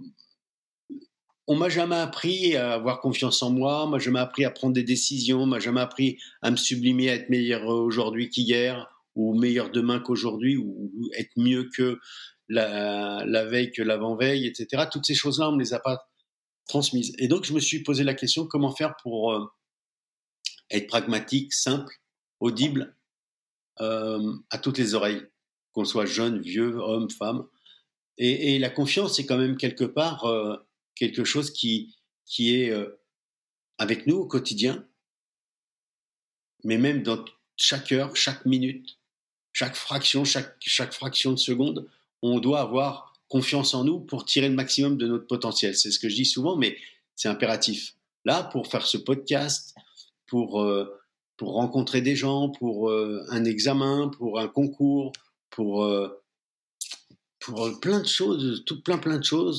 on m'a jamais appris à avoir confiance en moi, on m'a jamais appris à prendre des décisions, on m'a jamais appris à me sublimer, à être meilleur aujourd'hui qu'hier, ou meilleur demain qu'aujourd'hui, ou être mieux que la, la veille que l'avant-veille, et cetera. Toutes ces choses-là, on ne me les a pas transmises. Et donc, je me suis posé la question, comment faire pour euh, être pragmatique, simple, audible, euh, à toutes les oreilles, qu'on soit jeune, vieux, homme, femme. Et, et la confiance, c'est quand même quelque part euh, quelque chose qui, qui est euh, avec nous au quotidien, mais même dans chaque heure, chaque minute, chaque fraction, chaque, chaque fraction de seconde, on doit avoir confiance en nous pour tirer le maximum de notre potentiel. C'est ce que je dis souvent, mais c'est impératif. Là, pour faire ce podcast, pour, euh, pour rencontrer des gens, pour euh, un examen, pour un concours, pour, euh, pour plein de choses, tout plein plein de choses,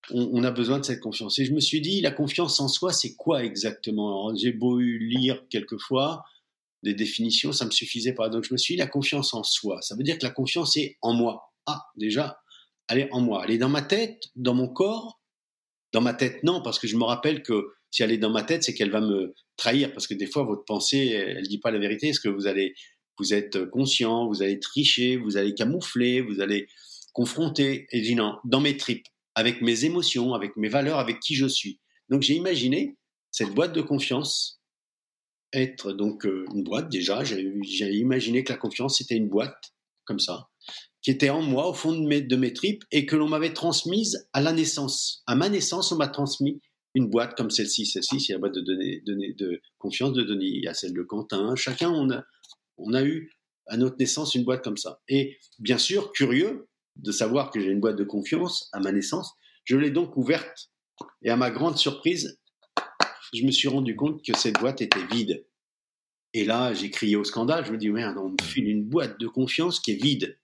on, on a besoin de cette confiance. Et je me suis dit, la confiance en soi, c'est quoi exactement? Alors, j'ai beau lire quelquefois des définitions, ça me suffisait pas. Donc je me suis dit, la confiance en soi, ça veut dire que la confiance est en moi. Ah, déjà, elle est en moi. Elle est dans ma tête, dans mon corps. Dans ma tête, non, parce que je me rappelle que si elle est dans ma tête, c'est qu'elle va me trahir, parce que des fois, votre pensée, elle ne dit pas la vérité. Est-ce que vous allez, vous êtes conscient, vous allez tricher, vous allez camoufler, vous allez confronter? Et je dis non, dans mes tripes, avec mes émotions, avec mes valeurs, avec qui je suis. Donc j'ai imaginé cette boîte de confiance être donc euh, une boîte déjà. J'ai, j'ai imaginé que la confiance c'était une boîte comme ça, qui était en moi, au fond de mes, de mes tripes, et que l'on m'avait transmise à la naissance. À ma naissance, on m'a transmis une boîte comme celle-ci. Celle-ci, c'est la boîte de, données, données, de confiance de Denis. Il y a celle de Quentin. Chacun, on a, on a eu à notre naissance une boîte comme ça. Et bien sûr, curieux de savoir que j'ai une boîte de confiance à ma naissance, je l'ai donc ouverte. Et à ma grande surprise, je me suis rendu compte que cette boîte était vide. Et là, j'ai crié au scandale. Je me dis, merde, on me file une boîte de confiance qui est vide.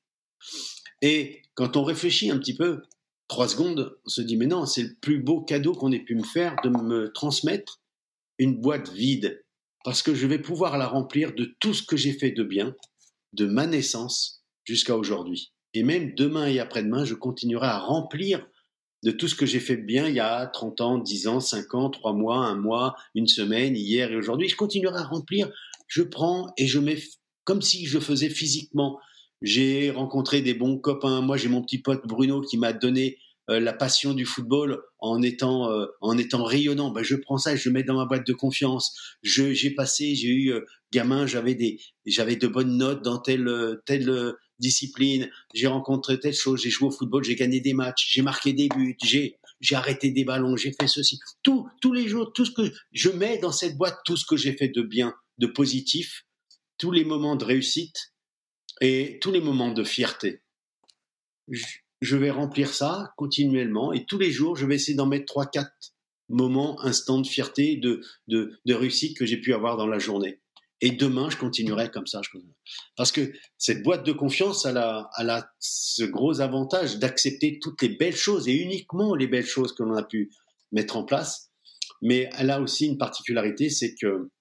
Et quand on réfléchit un petit peu, trois secondes, on se dit, mais non, c'est le plus beau cadeau qu'on ait pu me faire de me transmettre une boîte vide. Parce que je vais pouvoir la remplir de tout ce que j'ai fait de bien, de ma naissance jusqu'à aujourd'hui. Et même demain et après-demain, je continuerai à remplir de tout ce que j'ai fait de bien il y a trente ans, dix ans, cinq ans, trois mois, un mois, une semaine, hier et aujourd'hui. Je continuerai à remplir. Je prends et je mets comme si je faisais physiquement. J'ai rencontré des bons copains. Moi, j'ai mon petit pote Bruno qui m'a donné euh, la passion du football en étant euh, en étant rayonnant. Ben, je prends ça et je le mets dans ma boîte de confiance. Je, j'ai passé, j'ai eu euh, gamin, j'avais des, j'avais de bonnes notes dans telle telle euh, discipline. J'ai rencontré telle chose. J'ai joué au football, j'ai gagné des matchs, j'ai marqué des buts, j'ai j'ai arrêté des ballons, j'ai fait ceci. Tout, tous les jours, tout ce que je mets dans cette boîte, tout ce que j'ai fait de bien, de positif, tous les moments de réussite et tous les moments de fierté. Je, je vais remplir ça continuellement et tous les jours, je vais essayer d'en mettre trois, quatre moments, instants de fierté, de, de, de réussite que j'ai pu avoir dans la journée. Et demain, je continuerai comme ça. Je continuerai. Parce que cette boîte de confiance, elle a, elle a ce gros avantage d'accepter toutes les belles choses et uniquement les belles choses que l'on a pu mettre en place. Mais elle a aussi une particularité, c'est que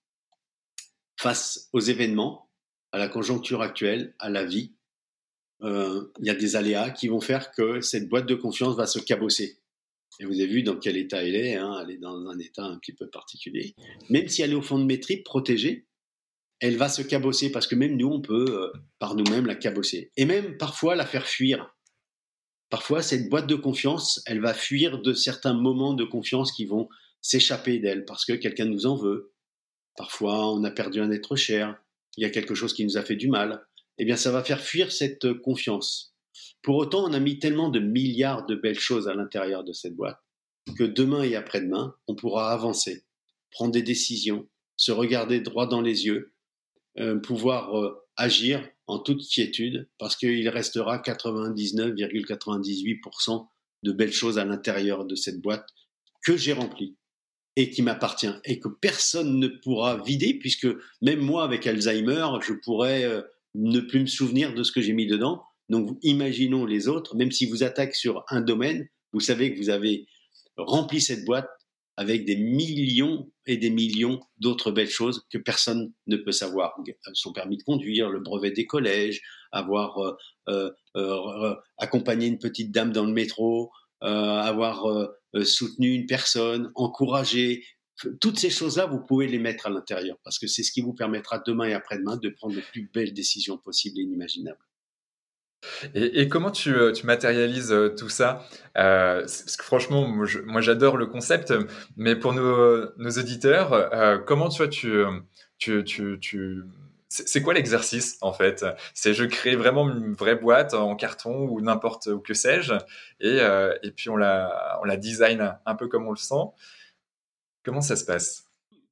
face aux événements, à la conjoncture actuelle, à la vie, euh, il y a des aléas qui vont faire que cette boîte de confiance va se cabosser. Et vous avez vu dans quel état elle est, hein, elle est dans un état un petit peu particulier. Même si elle est au fond de mes tripes, protégée, elle va se cabosser parce que même nous, on peut euh, par nous-mêmes la cabosser. Et même parfois la faire fuir. Parfois, cette boîte de confiance, elle va fuir de certains moments de confiance qui vont s'échapper d'elle parce que quelqu'un nous en veut. Parfois, on a perdu un être cher. Il y a quelque chose qui nous a fait du mal. Eh bien, ça va faire fuir cette confiance. Pour autant, on a mis tellement de milliards de belles choses à l'intérieur de cette boîte que demain et après-demain, on pourra avancer, prendre des décisions, se regarder droit dans les yeux, euh, pouvoir euh, agir en toute quiétude parce qu'il restera quatre-vingt-dix-neuf virgule quatre-vingt-dix-huit pour cent de belles choses à l'intérieur de cette boîte que j'ai remplie et qui m'appartient et que personne ne pourra vider puisque même moi avec Alzheimer, je pourrais euh, ne plus me souvenir de ce que j'ai mis dedans. Donc imaginons les autres, même si vous attaquez sur un domaine, vous savez que vous avez rempli cette boîte avec des millions et des millions d'autres belles choses que personne ne peut savoir. Son permis de conduire, le brevet des collèges, avoir euh, euh, euh, accompagné une petite dame dans le métro, euh, avoir euh, soutenu une personne, encouragé. Toutes ces choses-là, vous pouvez les mettre à l'intérieur parce que c'est ce qui vous permettra demain et après-demain de prendre les plus belles décisions possibles et inimaginables. Et, et comment tu, tu matérialises tout ça euh, Parce que franchement, moi, je, moi, j'adore le concept, mais pour nos, nos auditeurs, euh, comment tu vois, tu, tu, tu, tu c'est, c'est quoi l'exercice en fait? C'est je crée vraiment une vraie boîte en carton ou n'importe où que sais-je, et, euh, et puis on la, on la design un peu comme on le sent. Comment ça se passe?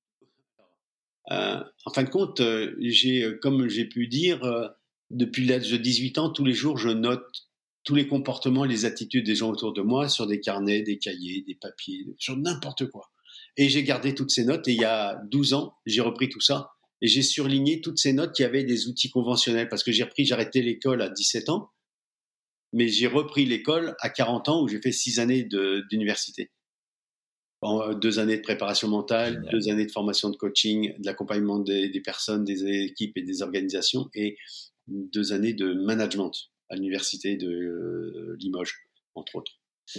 Euh, en fin de compte, euh, j'ai, comme j'ai pu dire, euh, depuis l'âge de dix-huit ans, tous les jours, je note tous les comportements et les attitudes des gens autour de moi sur des carnets, des cahiers, des papiers, sur n'importe quoi. Et j'ai gardé toutes ces notes et il y a douze ans, j'ai repris tout ça et j'ai surligné toutes ces notes qui avaient des outils conventionnels parce que j'ai repris, j'ai arrêté l'école à dix-sept ans mais j'ai repris l'école à quarante ans où j'ai fait six années de, d'université. En, deux années de préparation mentale, Génial. deux années de formation de coaching, de l'accompagnement des, des personnes, des équipes et des organisations, et deux années de management à l'université de euh, Limoges, entre autres.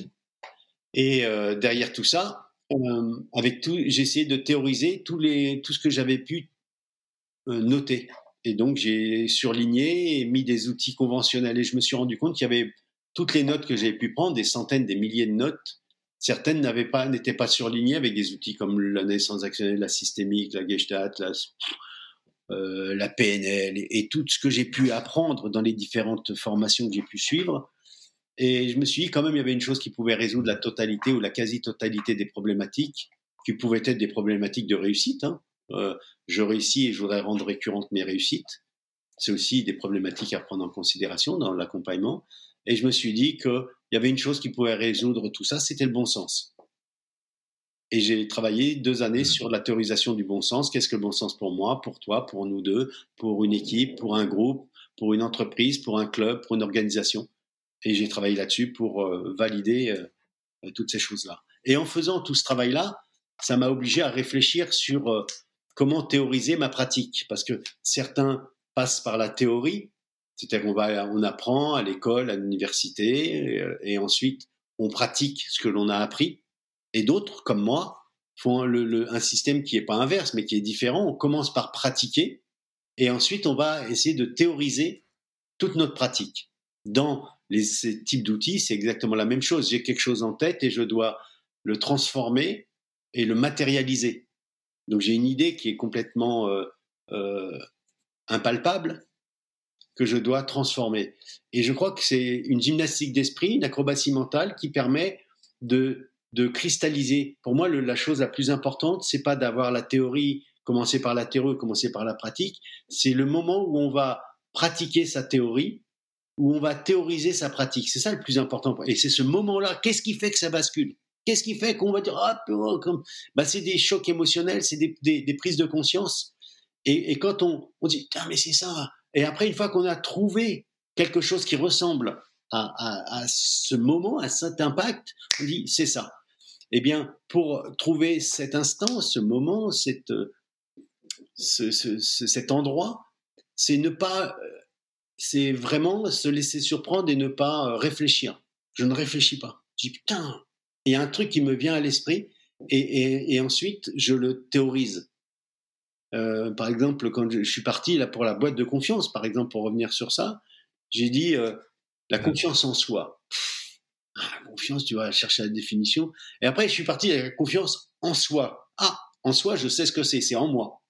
Et euh, derrière tout ça, euh, avec tout, j'ai essayé de théoriser tous les, tout ce que j'avais pu euh, noter. Et donc, j'ai surligné et mis des outils conventionnels. Et je me suis rendu compte qu'il y avait toutes les notes que j'avais pu prendre, des centaines, des milliers de notes. Certaines n'avaient pas, n'étaient pas surlignées avec des outils comme l'analyse transactionnelle, la systémique, la Gestalt, la, euh, la P N L et, et tout ce que j'ai pu apprendre dans les différentes formations que j'ai pu suivre. Et je me suis dit, quand même, il y avait une chose qui pouvait résoudre la totalité ou la quasi-totalité des problématiques, qui pouvaient être des problématiques de réussite. Hein. Euh, je réussis et je voudrais rendre récurrentes mes réussites. C'est aussi des problématiques à prendre en considération dans l'accompagnement. Et je me suis dit qu'il y avait une chose qui pouvait résoudre tout ça, c'était le bon sens. Et j'ai travaillé deux années sur la théorisation du bon sens. Qu'est-ce que le bon sens pour moi, pour toi, pour nous deux, pour une équipe, pour un groupe, pour une entreprise, pour un club, pour une organisation. Et j'ai travaillé là-dessus pour euh, valider euh, toutes ces choses-là. Et en faisant tout ce travail-là, ça m'a obligé à réfléchir sur euh, comment théoriser ma pratique. Parce que certains passent par la théorie, c'est-à-dire qu'on va, on apprend à l'école, à l'université, et, et ensuite on pratique ce que l'on a appris. Et d'autres, comme moi, font le, le, un système qui n'est pas inverse, mais qui est différent. On commence par pratiquer, et ensuite on va essayer de théoriser toute notre pratique. Dans les, ces types d'outils, c'est exactement la même chose. J'ai quelque chose en tête et je dois le transformer et le matérialiser. Donc j'ai une idée qui est complètement euh, euh, impalpable que je dois transformer. Et je crois que c'est une gymnastique d'esprit, une acrobatie mentale qui permet de, de cristalliser. Pour moi, le, la chose la plus importante, c'est pas d'avoir la théorie, commencer par la théorie, commencer par la pratique. C'est le moment où on va pratiquer sa théorie, où on va théoriser sa pratique. C'est ça le plus important. Et c'est ce moment-là, qu'est-ce qui fait que ça bascule ? Qu'est-ce qui fait qu'on va dire ah, oh, comme... bah, c'est des chocs émotionnels, c'est des, des, des prises de conscience. Et, et quand on, on dit ah, mais c'est ça. Et après, une fois qu'on a trouvé quelque chose qui ressemble à, à, à ce moment, à cet impact, on dit c'est ça. Eh bien, pour trouver cet instant, ce moment, cette, ce, ce, ce, cet endroit, c'est ne pas. C'est vraiment se laisser surprendre et ne pas réfléchir. Je ne réfléchis pas. Je dis putain, il y a un truc qui me vient à l'esprit et, et, et ensuite je le théorise. Euh, par exemple, quand je, je suis parti là pour la boîte de confiance, par exemple, pour revenir sur ça, j'ai dit euh, la confiance en soi. Pff, ah, la confiance, tu vas chercher la définition. Et après, je suis parti avec la confiance en soi. Ah, en soi, je sais ce que c'est, c'est en moi.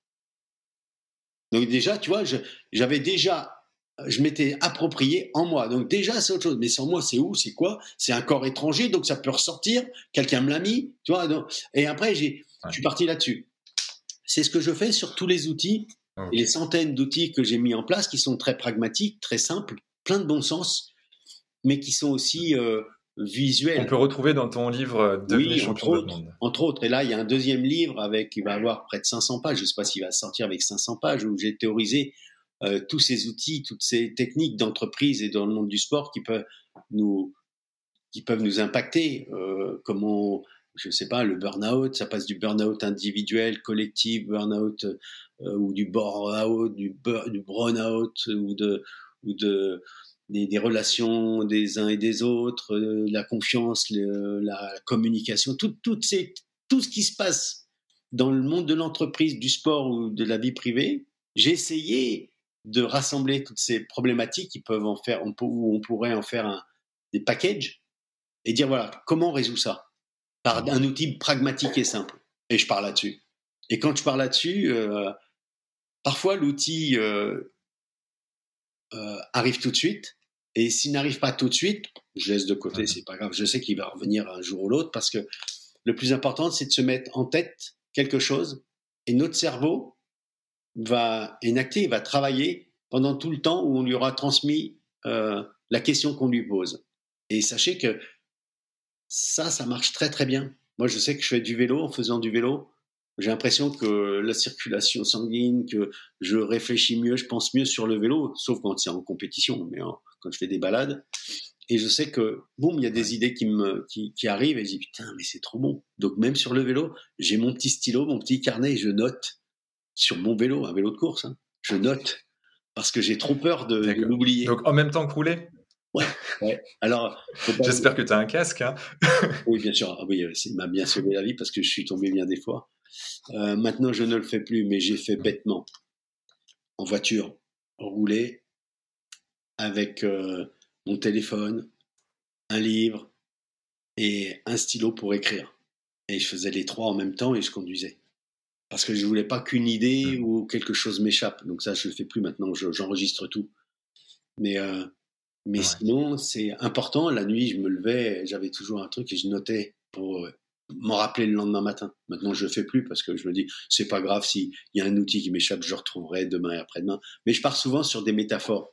Donc déjà, tu vois, je, j'avais déjà je m'étais approprié en moi. Donc déjà, c'est autre chose. Mais sans moi, c'est où ? C'est quoi ? C'est un corps étranger, donc ça peut ressortir. Quelqu'un me l'a mis, tu vois. Donc... Et après, j'ai... Ouais. je suis parti là-dessus. C'est ce que je fais sur tous les outils, okay. Et les centaines d'outils que j'ai mis en place, qui sont très pragmatiques, très simples, plein de bon sens, mais qui sont aussi euh, visuels. On peut retrouver dans ton livre « Devenez oui, champion entre du autres, monde ». Entre autres. Et là, il y a un deuxième livre avec, il va avoir près de cinq cents pages. Je ne sais pas s'il va sortir avec cinq cents pages, où j'ai théorisé Euh, tous ces outils, toutes ces techniques d'entreprise et dans le monde du sport qui peuvent nous, qui peuvent nous impacter. Euh, comment, je sais pas, le burn-out, ça passe du burn-out individuel, collectif, burn-out euh, ou du burn-out, du, bur- du burn-out ou de, ou de des, des relations des uns et des autres, euh, la confiance, le, la communication, tout, toutes ces, tout ce qui se passe dans le monde de l'entreprise, du sport ou de la vie privée. J'ai essayé de rassembler toutes ces problématiques qui peuvent en faire, où on pourrait en faire un, des packages et dire voilà, comment on résout ça par un outil pragmatique et simple. Et je pars là-dessus. Et quand je pars là-dessus, euh, parfois l'outil euh, euh, arrive tout de suite, et s'il n'arrive pas tout de suite, je laisse de côté, c'est pas grave, je sais qu'il va revenir un jour ou l'autre, parce que le plus important, c'est de se mettre en tête quelque chose, et notre cerveau va énacter, va travailler pendant tout le temps où on lui aura transmis euh, la question qu'on lui pose. Et sachez que ça, ça marche très très bien. Moi, je sais que je fais du vélo. En faisant du vélo, j'ai l'impression que la circulation sanguine, que je réfléchis mieux, je pense mieux sur le vélo, sauf quand c'est en compétition, mais en, quand je fais des balades. et je sais que, boum, il y a des idées qui, me, qui, qui arrivent et je dis, putain, mais c'est trop bon. Donc même sur le vélo, j'ai mon petit stylo, mon petit carnet et je note sur mon vélo, un vélo de course, hein, je note parce que j'ai trop peur de, de l'oublier. Donc en même temps que rouler. Ouais, ouais. Alors, j'espère que tu as un casque. Hein. Oui, bien sûr. Ah, oui, il m'a bien sauvé la vie parce que je suis tombé bien des fois. Euh, maintenant, je ne le fais plus, mais j'ai fait bêtement. En voiture, rouler avec euh, mon téléphone, un livre et un stylo pour écrire. Et je faisais les trois en même temps et je conduisais. Parce que je voulais pas qu'une idée mmh. ou quelque chose m'échappe. Donc ça, je le fais plus maintenant. Je, j'enregistre tout. Mais euh, mais ouais. Sinon, c'est important. La nuit, je me levais, j'avais toujours un truc et je notais pour euh, m'en rappeler le lendemain matin. Maintenant, je le fais plus parce que je me dis, c'est pas grave s'il y a un outil qui m'échappe, je le retrouverai demain et après-demain. Mais je pars souvent sur des métaphores.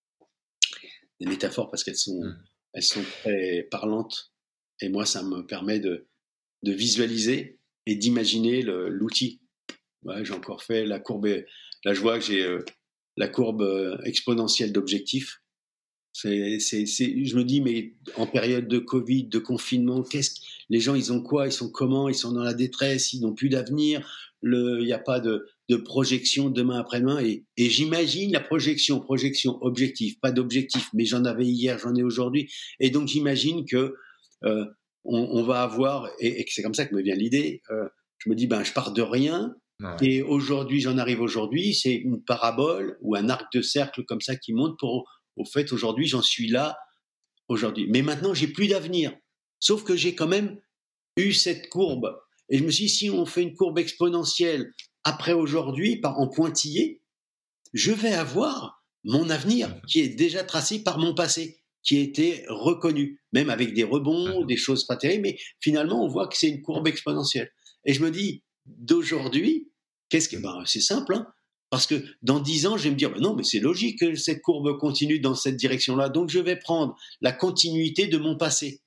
Des métaphores parce qu'elles sont, mmh. elles sont très parlantes. Et moi, ça me permet de, de visualiser et d'imaginer le, l'outil. Ouais, j'ai encore fait la courbe. Là, je vois que j'ai euh, la courbe euh, exponentielle d'objectifs. C'est, c'est, c'est, je me dis, mais en période de Covid, de confinement, qu'est-ce que, les gens, ils ont quoi? Ils sont comment? Ils sont dans la détresse, ils n'ont plus d'avenir. Il n'y a pas de, de projection demain après-demain. Et, et j'imagine la projection, projection, objectif, pas d'objectif, mais j'en avais hier, j'en ai aujourd'hui. Et donc, j'imagine que euh, on, on va avoir, et, et que c'est comme ça que me vient l'idée, euh, je me dis, ben, je pars de rien. Ouais. Et aujourd'hui, j'en arrive aujourd'hui, c'est une parabole ou un arc de cercle comme ça qui monte pour, au fait, aujourd'hui, j'en suis là, aujourd'hui. Mais maintenant, j'ai plus d'avenir. Sauf que j'ai quand même eu cette courbe. Et je me suis dit, si on fait une courbe exponentielle après aujourd'hui, par, en pointillé, je vais avoir mon avenir qui est déjà tracé par mon passé, qui a été reconnu, même avec des rebonds, des choses pas terribles, mais finalement, on voit que c'est une courbe exponentielle. Et je me dis, d'aujourd'hui, qu'est-ce que, ben, c'est simple, hein, parce que dans dix ans, je vais me dire, ben non, mais c'est logique que cette courbe continue dans cette direction-là, donc je vais prendre la continuité de mon passé.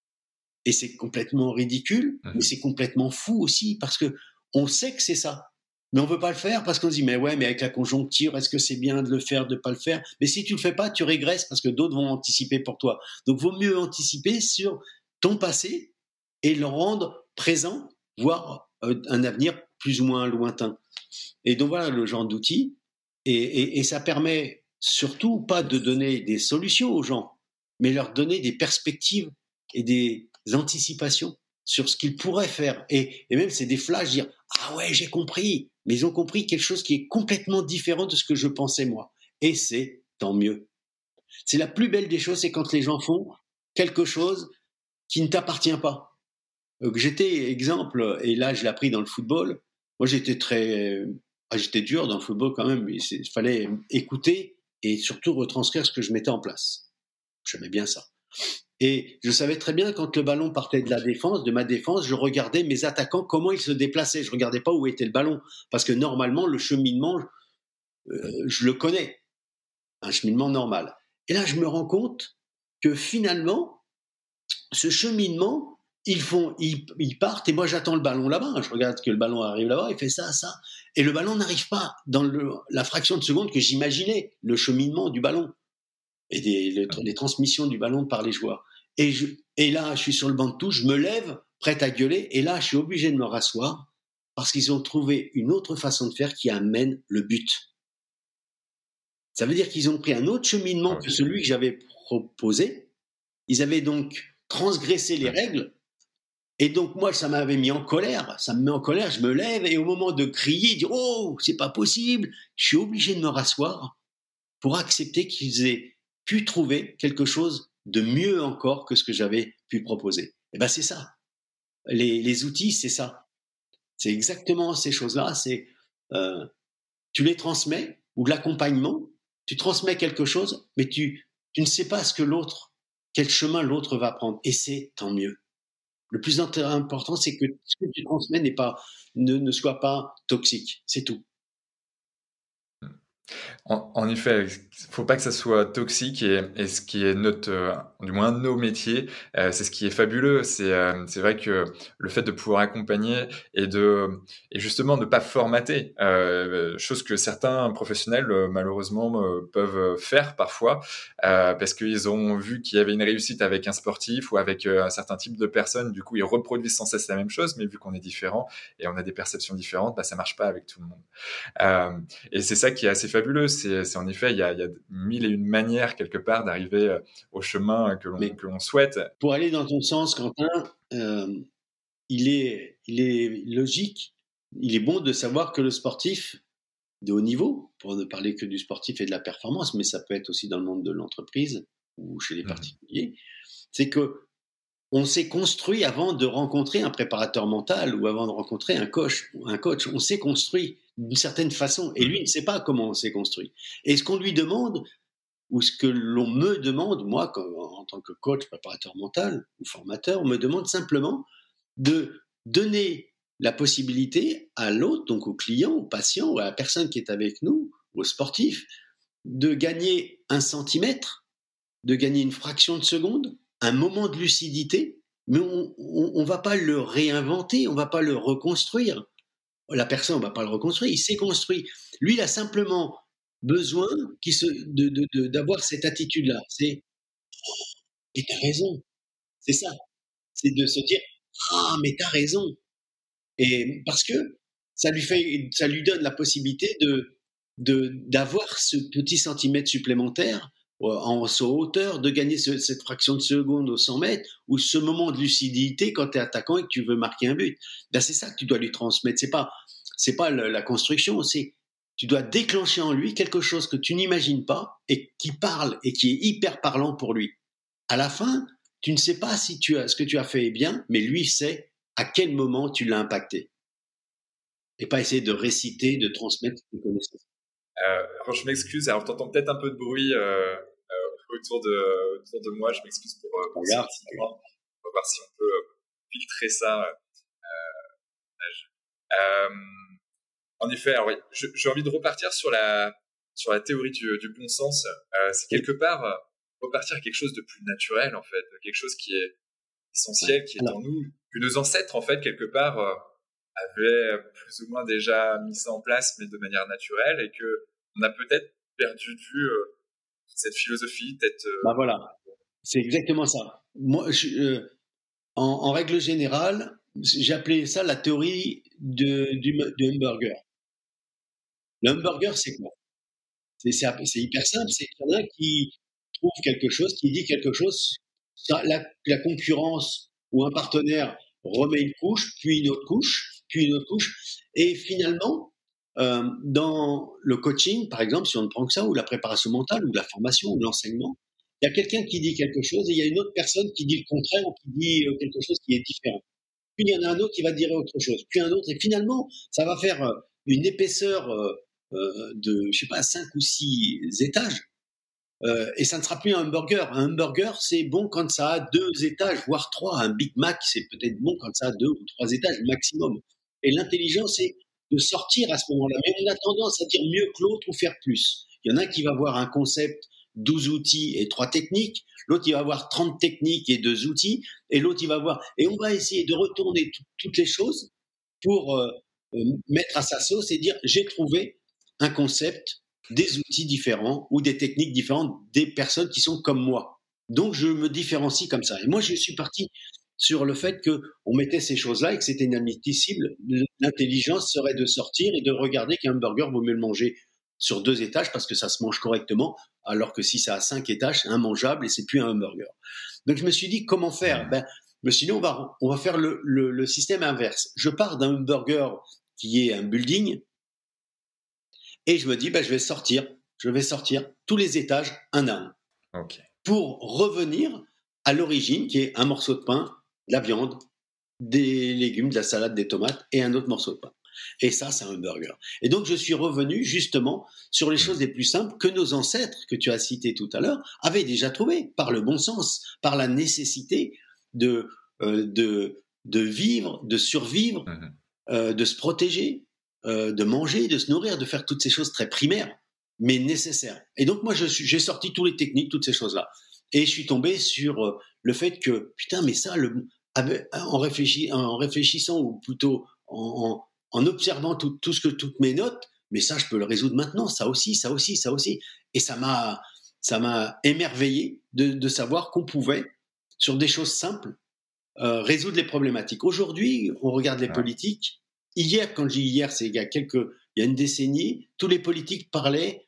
Et c'est complètement ridicule, mmh. mais c'est complètement fou aussi, parce que on sait que c'est ça. Mais on veut pas le faire parce qu'on se dit, mais ouais, mais avec la conjoncture, est-ce que c'est bien de le faire, de pas le faire? Mais si tu le fais pas, tu régresses parce que d'autres vont anticiper pour toi. Donc, vaut mieux anticiper sur ton passé et le rendre présent, voire un avenir plus ou moins lointain. Et donc, voilà le genre d'outil. Et, et, et ça permet surtout pas de donner des solutions aux gens, mais leur donner des perspectives et des anticipations sur ce qu'ils pourraient faire. Et, et même, c'est des flashs, dire « Ah ouais, j'ai compris !» Mais ils ont compris quelque chose qui est complètement différent de ce que je pensais, moi. Et c'est tant mieux. C'est la plus belle des choses, c'est quand les gens font quelque chose qui ne t'appartient pas. Donc, j'étais exemple, et là, je l'ai appris dans le football. Moi, j'étais très... Ah, j'étais dur dans le football quand même. Il fallait écouter et surtout retranscrire ce que je mettais en place. J'aimais bien ça. Et je savais très bien quand le ballon partait de la défense, de ma défense, je regardais mes attaquants, comment ils se déplaçaient. Je ne regardais pas où était le ballon. Parce que normalement, le cheminement, euh, je le connais. Un cheminement normal. Et là, je me rends compte que finalement, ce cheminement, ils, font, ils, ils partent et moi, j'attends le ballon là-bas. Je regarde que le ballon arrive là-bas, il fait ça, ça. Et le ballon n'arrive pas dans le, la fraction de seconde que j'imaginais, le cheminement du ballon et des, les, les transmissions du ballon par les joueurs. Et, je, et là, je suis sur le banc de touche, je me lève, prêt à gueuler, et là, je suis obligé de me rasseoir parce qu'ils ont trouvé une autre façon de faire qui amène le but. Ça veut dire qu'ils ont pris un autre cheminement que celui que j'avais proposé. Ils avaient donc transgressé les règles. Et donc, moi, ça m'avait mis en colère. Ça me met en colère, je me lève, et au moment de crier, dire « Oh, c'est pas possible !» Je suis obligé de me rasseoir pour accepter qu'ils aient pu trouver quelque chose de mieux encore que ce que j'avais pu proposer. Et ben c'est ça. Les, les outils, c'est ça. C'est exactement ces choses-là. C'est euh, tu les transmets ou de l'accompagnement. Tu transmets quelque chose, mais tu tu ne sais pas ce que l'autre, quel chemin l'autre va prendre. Et c'est tant mieux. Le plus important, c'est que ce que tu transmets n'est pas ne, ne soit pas toxique. C'est tout. En, en effet, il faut pas que ça soit toxique et, et ce qui est notre, euh, du moins nos métiers, euh, c'est ce qui est fabuleux. C'est euh, c'est vrai que le fait de pouvoir accompagner et de et justement ne pas formater, euh, chose que certains professionnels euh, malheureusement euh, peuvent faire parfois, euh, parce qu'ils ont vu qu'il y avait une réussite avec un sportif ou avec euh, un certain type de personne. Du coup, ils reproduisent sans cesse la même chose, mais vu qu'on est différent et on a des perceptions différentes, bah ça marche pas avec tout le monde. Euh, et c'est ça qui est assez fabuleux. C'est, c'est en effet, il y, a, il y a mille et une manières quelque part d'arriver euh, au chemin que l'on, Mais que l'on souhaite. pour aller dans ton sens, Quentin, euh, il, est, il est logique, il est bon de savoir que le sportif de haut niveau, pour ne parler que du sportif et de la performance, mais ça peut être aussi dans le monde de l'entreprise ou chez les Mmh. particuliers, c'est que on s'est construit avant de rencontrer un préparateur mental ou avant de rencontrer un coach. Un coach, on s'est construit d'une certaine façon, et lui Mmh. ne sait pas comment on s'est construit. Et ce qu'on lui demande, ou ce que l'on me demande, moi, comme, en tant que coach, préparateur mental ou formateur, on me demande simplement de donner la possibilité à l'autre, donc au client, au patient, ou à la personne qui est avec nous, au sportif, de gagner un centimètre, de gagner une fraction de seconde, un moment de lucidité, mais on ne va pas le réinventer, on ne va pas le reconstruire. La personne, on ne va pas le reconstruire, il s'est construit. Lui, il a simplement besoin qui se, de, de, de, d'avoir cette attitude-là. C'est « mais t'as raison », c'est ça. C'est de se dire « ah, mais t'as raison ». Et parce que ça lui, fait, ça lui donne la possibilité de, de, d'avoir ce petit centimètre supplémentaire en saut hauteur, de gagner ce, cette fraction de seconde aux cent mètres, ou ce moment de lucidité quand tu es attaquant et que tu veux marquer un but. Ben c'est ça que tu dois lui transmettre. C'est pas, c'est pas la, la construction, c'est tu dois déclencher en lui quelque chose que tu n'imagines pas et qui parle et qui est hyper parlant pour lui. À la fin, tu ne sais pas si tu as, ce que tu as fait est bien, mais lui sait à quel moment tu l'as impacté. Et pas essayer de réciter, de transmettre tes connaissances. Euh, alors je m'excuse, alors t'entends peut-être un peu de bruit euh, euh, autour, de, autour de moi, je m'excuse pour, euh, pour ce Regarde. petit point. On va voir si on peut euh, filtrer ça. Euh, euh, en effet, alors oui, je, j'ai envie de repartir sur la, sur la théorie du, du bon sens. Euh, c'est quelque part euh, repartir à quelque chose de plus naturel, en fait, quelque chose qui est essentiel, qui est Alors, en nous, que nos ancêtres, en fait, quelque part, euh, avaient plus ou moins déjà mis ça en place, mais de manière naturelle, et que on a peut-être perdu de vue euh, cette philosophie, peut-être. Euh... bah voilà, c'est exactement ça. Moi, je, euh, en, en règle générale, j'ai appelé ça la théorie de, du, du hamburger. Le hamburger, c'est quoi? C'est, c'est, c'est hyper simple, c'est qu'il y en a qui trouve quelque chose, qui dit quelque chose, ça, la, la concurrence ou un partenaire remet une couche, puis une autre couche, puis une autre couche, et finalement, euh, dans le coaching, par exemple, si on ne prend que ça, ou la préparation mentale, ou la formation, ou l'enseignement, il y a quelqu'un qui dit quelque chose, et il y a une autre personne qui dit le contraire, ou qui dit euh, quelque chose qui est différent. Puis il y en a un autre qui va dire autre chose, puis un autre, et finalement, ça va faire euh, une épaisseur euh, euh, de, je sais pas, cinq ou six étages. Euh, et ça ne sera plus un hamburger. Un hamburger, c'est bon quand ça a deux étages, voire trois. Un Big Mac, c'est peut-être bon quand ça a deux ou trois étages maximum. Et l'intelligence, c'est de sortir à ce moment-là. Mais on a tendance à dire mieux que l'autre ou faire plus. Il y en a qui va avoir un concept, douze outils et trois techniques. L'autre, il va avoir trente techniques et deux outils. Et l'autre, il va avoir... Et on va essayer de retourner t- toutes les choses pour euh, euh, mettre à sa sauce et dire, j'ai trouvé un concept, des outils différents ou des techniques différentes des personnes qui sont comme moi. Donc, je me différencie comme ça. Et moi, je suis parti sur le fait qu'on mettait ces choses-là et que c'était inadmissible. L'intelligence serait de sortir et de regarder qu'un burger vaut mieux le manger sur deux étages parce que ça se mange correctement, alors que si ça a cinq étages, c'est immangeable et c'est plus un hamburger. Donc, je me suis dit, comment faire? Ben, mais sinon, on va, on va faire le, le, le système inverse. Je pars d'un hamburger qui est un building, et je me dis, ben, je vais sortir, je vais sortir tous les étages un à un. Ok. Pour revenir à l'origine, qui est un morceau de pain, de la viande, des légumes, de la salade, des tomates et un autre morceau de pain. Et ça, c'est un burger. Et donc, je suis revenu justement sur les choses les plus simples que nos ancêtres, que tu as cités tout à l'heure, avaient déjà trouvées par le bon sens, par la nécessité de, euh, de, de vivre, de survivre, Mmh. euh, de se protéger, euh, de manger, de se nourrir, de faire toutes ces choses très primaires. mais nécessaires. Et donc, moi, je suis, j'ai sorti tous les techniques, toutes ces choses-là. Et je suis tombé sur euh, le fait que, putain, mais ça, le, en, réfléchi, en réfléchissant, ou plutôt en, en, en observant tout, tout ce que, toutes mes notes, mais ça, je peux le résoudre maintenant, ça aussi, ça aussi, ça aussi. Et ça m'a, ça m'a émerveillé de, de savoir qu'on pouvait, sur des choses simples, euh, résoudre les problématiques. Aujourd'hui, on regarde les ouais. politiques. Hier, quand je dis hier, c'est il y a quelques, il y a une décennie, tous les politiques parlaient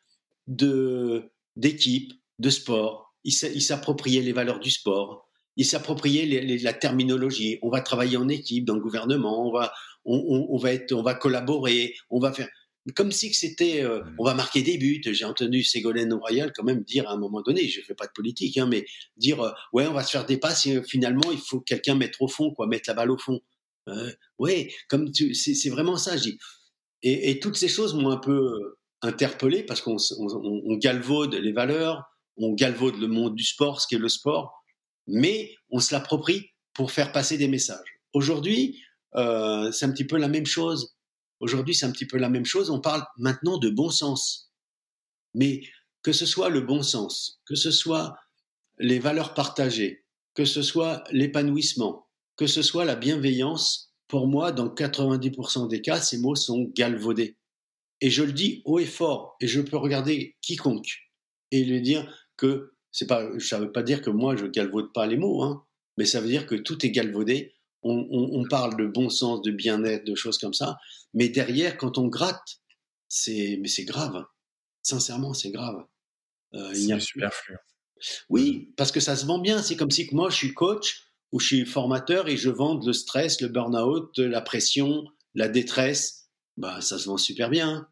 de, d'équipe, de sport. Ils, ils s'appropriaient les valeurs du sport. Ils s'appropriaient les, les, la terminologie. On va travailler en équipe dans le gouvernement. On va, on, on, on va être, on va collaborer. On va faire. Comme si que c'était, euh, on va marquer des buts. J'ai entendu Ségolène Royal quand même dire à un moment donné, je fais pas de politique, hein, mais dire, euh, ouais, on va se faire des passes et euh, finalement il faut quelqu'un mettre au fond, quoi, mettre la balle au fond. Euh, ouais, comme tu, c'est, c'est vraiment ça, je dis. Et, et toutes ces choses m'ont un peu interpellé parce qu'on on, on galvaude les valeurs, on galvaude le monde du sport, ce qu'est le sport, mais on se l'approprie pour faire passer des messages. Aujourd'hui, euh, c'est un petit peu la même chose. Aujourd'hui, c'est un petit peu la même chose. On parle maintenant de bon sens. Mais que ce soit le bon sens, que ce soit les valeurs partagées, que ce soit l'épanouissement, que ce soit la bienveillance, pour moi, dans quatre-vingt-dix pour cent des cas, ces mots sont galvaudés. Et je le dis haut et fort, et je peux regarder quiconque et lui dire que c'est pas, ça ne veut pas dire que moi je galvaude pas les mots, hein, mais ça veut dire que tout est galvaudé. On, on, on parle de bon sens, de bien-être, de choses comme ça, mais derrière, quand on gratte, c'est, mais c'est grave. Sincèrement, c'est grave. Euh, c'est il y a superflu. Oui, parce que ça se vend bien. C'est comme si que moi, je suis coach ou je suis formateur et je vende le stress, le burn-out, la pression, la détresse. Bah, ça se vend super bien.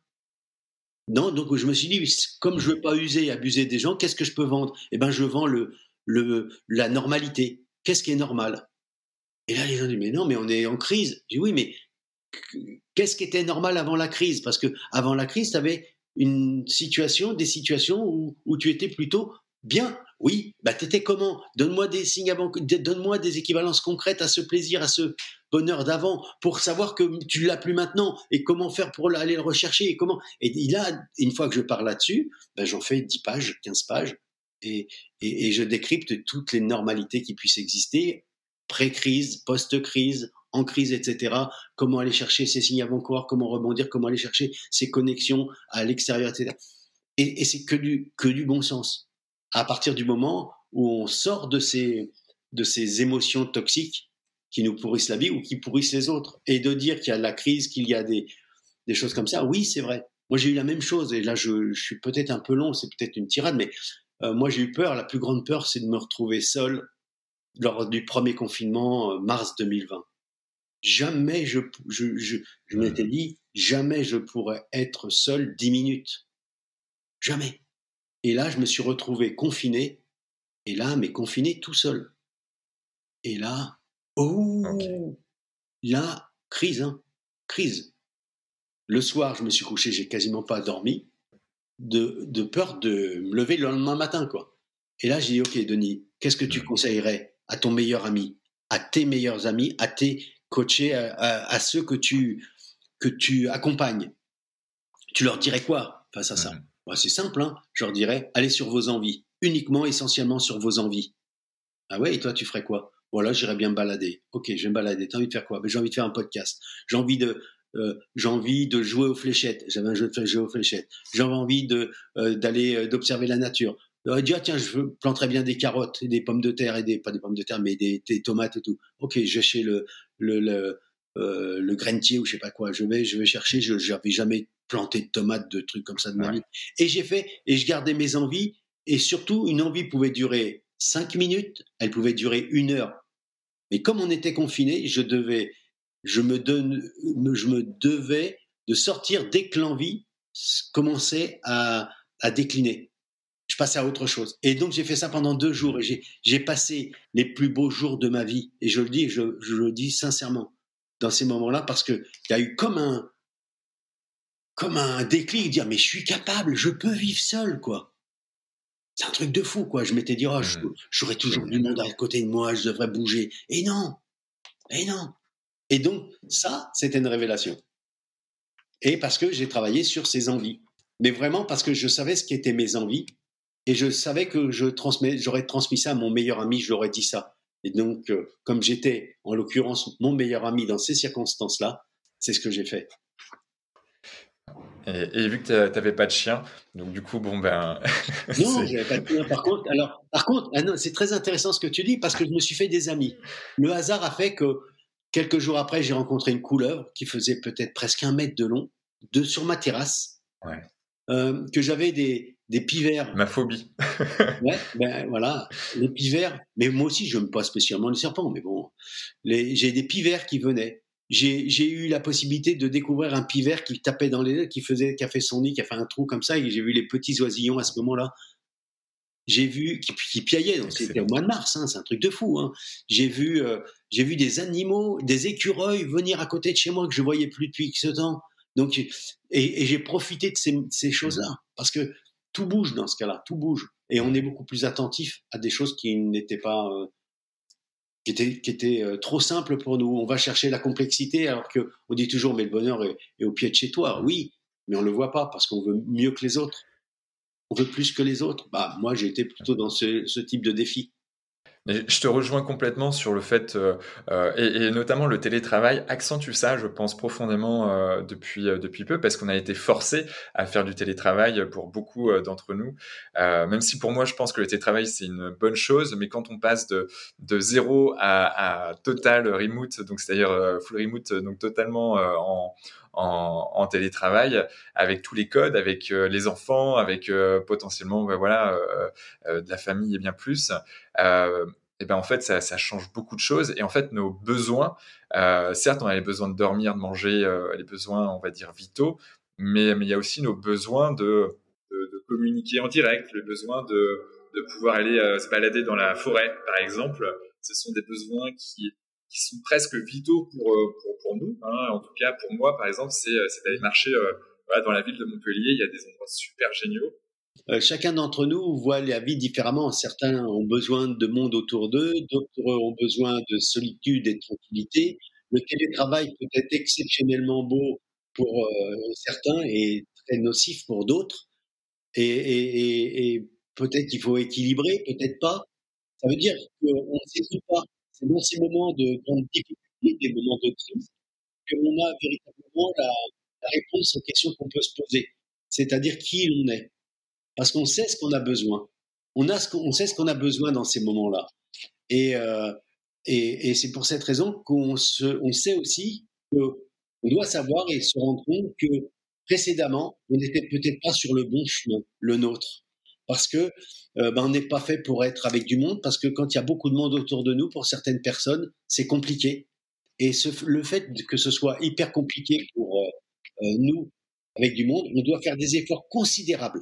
Non, donc je me suis dit, comme je veux pas user et abuser des gens, qu'est-ce que je peux vendre ? Eh ben, je vends le, le, la normalité. Qu'est-ce qui est normal ? Et là, les gens disent, mais non, mais on est en crise. Je dis, oui, mais qu'est-ce qui était normal avant la crise ? Parce que avant la crise, tu avais une situation, des situations où, où tu étais plutôt bien. Oui, bah t'étais comment ? Donne-moi des signes avant, donne-moi des équivalences concrètes à ce plaisir, à ce bonheur d'avant, pour savoir que tu l'as plus maintenant et comment faire pour aller le rechercher et comment. Et là, une fois que je parle là-dessus, bah, j'en fais dix pages, quinze pages et, et, et je décrypte toutes les normalités qui puissent exister, pré-crise, post-crise, en crise, et cetera. Comment aller chercher ces signes avant-coureurs, comment rebondir, comment aller chercher ces connexions à l'extérieur, et cetera. Et, et c'est que du, que du bon sens. À partir du moment où on sort de ces, de ces émotions toxiques qui nous pourrissent la vie ou qui pourrissent les autres, et de dire qu'il y a la crise, qu'il y a des, des choses comme ça, oui, c'est vrai. Moi, j'ai eu la même chose, et là, je, je suis peut-être un peu long, c'est peut-être une tirade, mais euh, moi, j'ai eu peur. La plus grande peur, c'est de me retrouver seul lors du premier confinement, euh, mars deux mille vingt. Jamais je, je, je, je m'étais dit, jamais je pourrais être seul dix minutes. Jamais. Et là, je me suis retrouvé confiné, et là, mais confiné tout seul. Et là, oh, okay. Là, crise, hein, crise. Le soir, je me suis couché, j'ai quasiment pas dormi, de, de peur de me lever le lendemain matin, quoi. Et là, j'ai dit, ok, Denis, qu'est-ce que tu mmh. conseillerais à ton meilleur ami, à tes meilleurs amis, à tes coachés, à, à, à ceux que tu, que tu accompagnes ? Tu leur dirais quoi face à ça ? mmh. Bah, c'est simple, hein. Je leur dirais, allez sur vos envies, uniquement, essentiellement sur vos envies. Ah ouais, et toi, tu ferais quoi ? Voilà, j'irais bien me balader. Ok, je vais me balader. T'as envie de faire quoi ? Ben, j'ai envie de faire un podcast. J'ai envie de, euh, j'ai envie de jouer aux fléchettes. J'avais un jeu de jouer aux fléchettes. J'avais envie de, euh, d'aller, euh, d'observer la nature. Euh, dire, ah, tiens, je planterais bien des carottes, et des pommes de terre et des, pas des pommes de terre, mais des, des tomates et tout. Ok, je vais chez le, le, le, euh, le grainetier ou je sais pas quoi. Je vais, je vais chercher. Je, j'avais jamais planté de tomates, de trucs comme ça de ma vie. Et j'ai fait, et je gardais mes envies. Et surtout, une envie pouvait durer cinq minutes, elle pouvait durer une heure. Mais comme on était confiné, je devais, je me donne, je me devais de sortir dès que l'envie commençait à, à décliner. Je passais à autre chose. Et donc, j'ai fait ça pendant deux jours et j'ai, j'ai passé les plus beaux jours de ma vie. Et je le dis, je, je le dis sincèrement dans ces moments-là parce que il y a eu comme un, comme un déclic, dire, mais je suis capable, je peux vivre seul, quoi. C'est un truc de fou, quoi. Je m'étais dit, oh, mmh. j'aurais toujours du monde à côté de moi, je devrais bouger. Et non, et non. Et donc, ça, c'était une révélation. Et parce que j'ai travaillé sur ces envies. Mais vraiment parce que je savais ce qu'étaient mes envies et je savais que je transmets, j'aurais transmis ça à mon meilleur ami, je lui aurais dit ça. Et donc, euh, comme j'étais, en l'occurrence, mon meilleur ami dans ces circonstances-là, c'est ce que j'ai fait. Et, et vu que tu n'avais pas de chien, donc du coup, bon ben. Non, j'avais pas de chien. Par contre, alors, par contre, ah non, c'est très intéressant ce que tu dis parce que je me suis fait des amis. Le hasard a fait que quelques jours après, j'ai rencontré une couleuvre qui faisait peut-être presque un mètre de long, de sur ma terrasse, Ouais. euh, que j'avais des des pivers. Ma phobie. Ouais, ben voilà, les pivers. Mais moi aussi, je n'aime pas spécialement les serpents, mais bon, les, j'ai des pivers qui venaient. J'ai, j'ai eu la possibilité de découvrir un pivert qui tapait dans les, qui faisait, qui a fait son nid, qui a fait un trou comme ça, et j'ai vu les petits oisillons à ce moment-là. J'ai vu qui, qui piaillaient, donc c'était au mois de mars, hein, c'est un truc de fou. Hein. J'ai vu, euh, j'ai vu des animaux, des écureuils venir à côté de chez moi que je voyais plus depuis ce temps. Donc, et, et j'ai profité de ces, de ces choses-là parce que tout bouge dans ce cas-là, tout bouge, et on est beaucoup plus attentif à des choses qui n'étaient pas, euh, qui étaient, qui étaient euh, trop simples pour nous. On va chercher la complexité alors que on dit toujours mais le bonheur est, est au pied de chez toi. Oui, mais on le voit pas parce qu'on veut mieux que les autres. On veut plus que les autres. Bah, moi, j'ai été plutôt dans ce, ce type de défi. Mais je te rejoins complètement sur le fait, euh, euh, et, et notamment le télétravail accentue ça, je pense profondément euh, depuis euh, depuis peu, parce qu'on a été forcé à faire du télétravail pour beaucoup euh, d'entre nous. Euh, même si pour moi, je pense que le télétravail c'est une bonne chose, mais quand on passe de de zéro à, à total remote, donc c'est-à-dire euh, full remote, donc totalement euh, en en, en télétravail, avec tous les codes, avec euh, les enfants, avec euh, potentiellement, ben voilà, euh, euh, de la famille et bien plus. Euh, et ben en fait ça, ça change beaucoup de choses, et en fait nos besoins, euh, certes on a les besoins de dormir, de manger, euh, les besoins on va dire vitaux, mais mais il y a aussi nos besoins de, de, de communiquer en direct, le besoin de, de pouvoir aller euh, se balader dans la forêt par exemple. Ce sont des besoins qui qui sont presque vitaux pour pour, pour nous, hein. En tout cas pour moi par exemple c'est c'est d'aller marcher euh, voilà, dans la ville de Montpellier. Il y a des endroits super géniaux. Euh, chacun d'entre nous voit la vie différemment. Certains ont besoin de monde autour d'eux, d'autres ont besoin de solitude et de tranquillité. Le télétravail peut être exceptionnellement beau pour euh, certains et très nocif pour d'autres. Et, et, et, et peut-être qu'il faut équilibrer, peut-être pas. Ça veut dire qu'on ne s'écoute pas. C'est dans ces moments de grande difficulté, des moments de crise, que l'on a véritablement la, la réponse aux questions qu'on peut se poser. C'est-à-dire qui l'on est. Parce qu'on sait ce qu'on a besoin. On, a ce qu'on, on sait ce qu'on a besoin dans ces moments-là. Et, euh, et, et c'est pour cette raison qu'on se, on sait aussi qu'on doit savoir et se rendre compte que précédemment, on n'était peut-être pas sur le bon chemin, le nôtre. Parce que euh, ben, on n'est pas fait pour être avec du monde, parce que quand il y a beaucoup de monde autour de nous, pour certaines personnes, c'est compliqué. Et ce, le fait que ce soit hyper compliqué pour euh, euh, nous, avec du monde, on doit faire des efforts considérables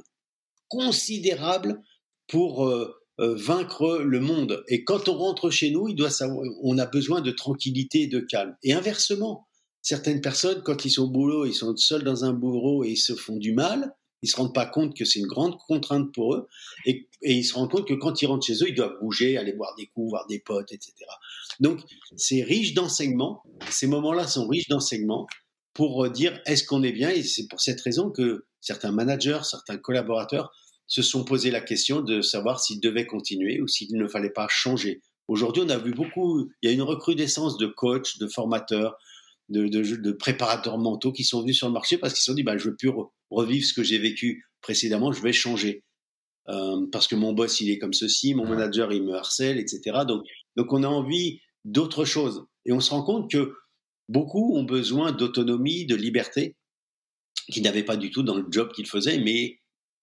considérable pour euh, euh, vaincre le monde. Et quand on rentre chez nous, il doit savoir, on a besoin de tranquillité et de calme. Et inversement, certaines personnes, quand ils sont au boulot, ils sont seuls dans un bureau et ils se font du mal, ils se rendent pas compte que c'est une grande contrainte pour eux, et, et ils se rendent compte que quand ils rentrent chez eux, ils doivent bouger, aller boire des coups, voir des potes, et cetera. Donc, c'est riche d'enseignements. Ces moments-là sont riches d'enseignements pour dire est-ce qu'on est bien, et c'est pour cette raison que certains managers, certains collaborateurs se sont posé la question de savoir s'ils devaient continuer ou s'il ne fallait pas changer. Aujourd'hui, on a vu beaucoup, il y a une recrudescence de coachs, de formateurs, de, de, de préparateurs mentaux qui sont venus sur le marché parce qu'ils se sont dit bah, je ne veux plus re- revivre ce que j'ai vécu précédemment, je vais changer. Euh, parce que mon boss, il est comme ceci, mon manager, il me harcèle, et cetera. Donc, donc on a envie d'autre chose. Et on se rend compte que beaucoup ont besoin d'autonomie, de liberté, qu'ils n'avaient pas du tout dans le job qu'ils faisaient, mais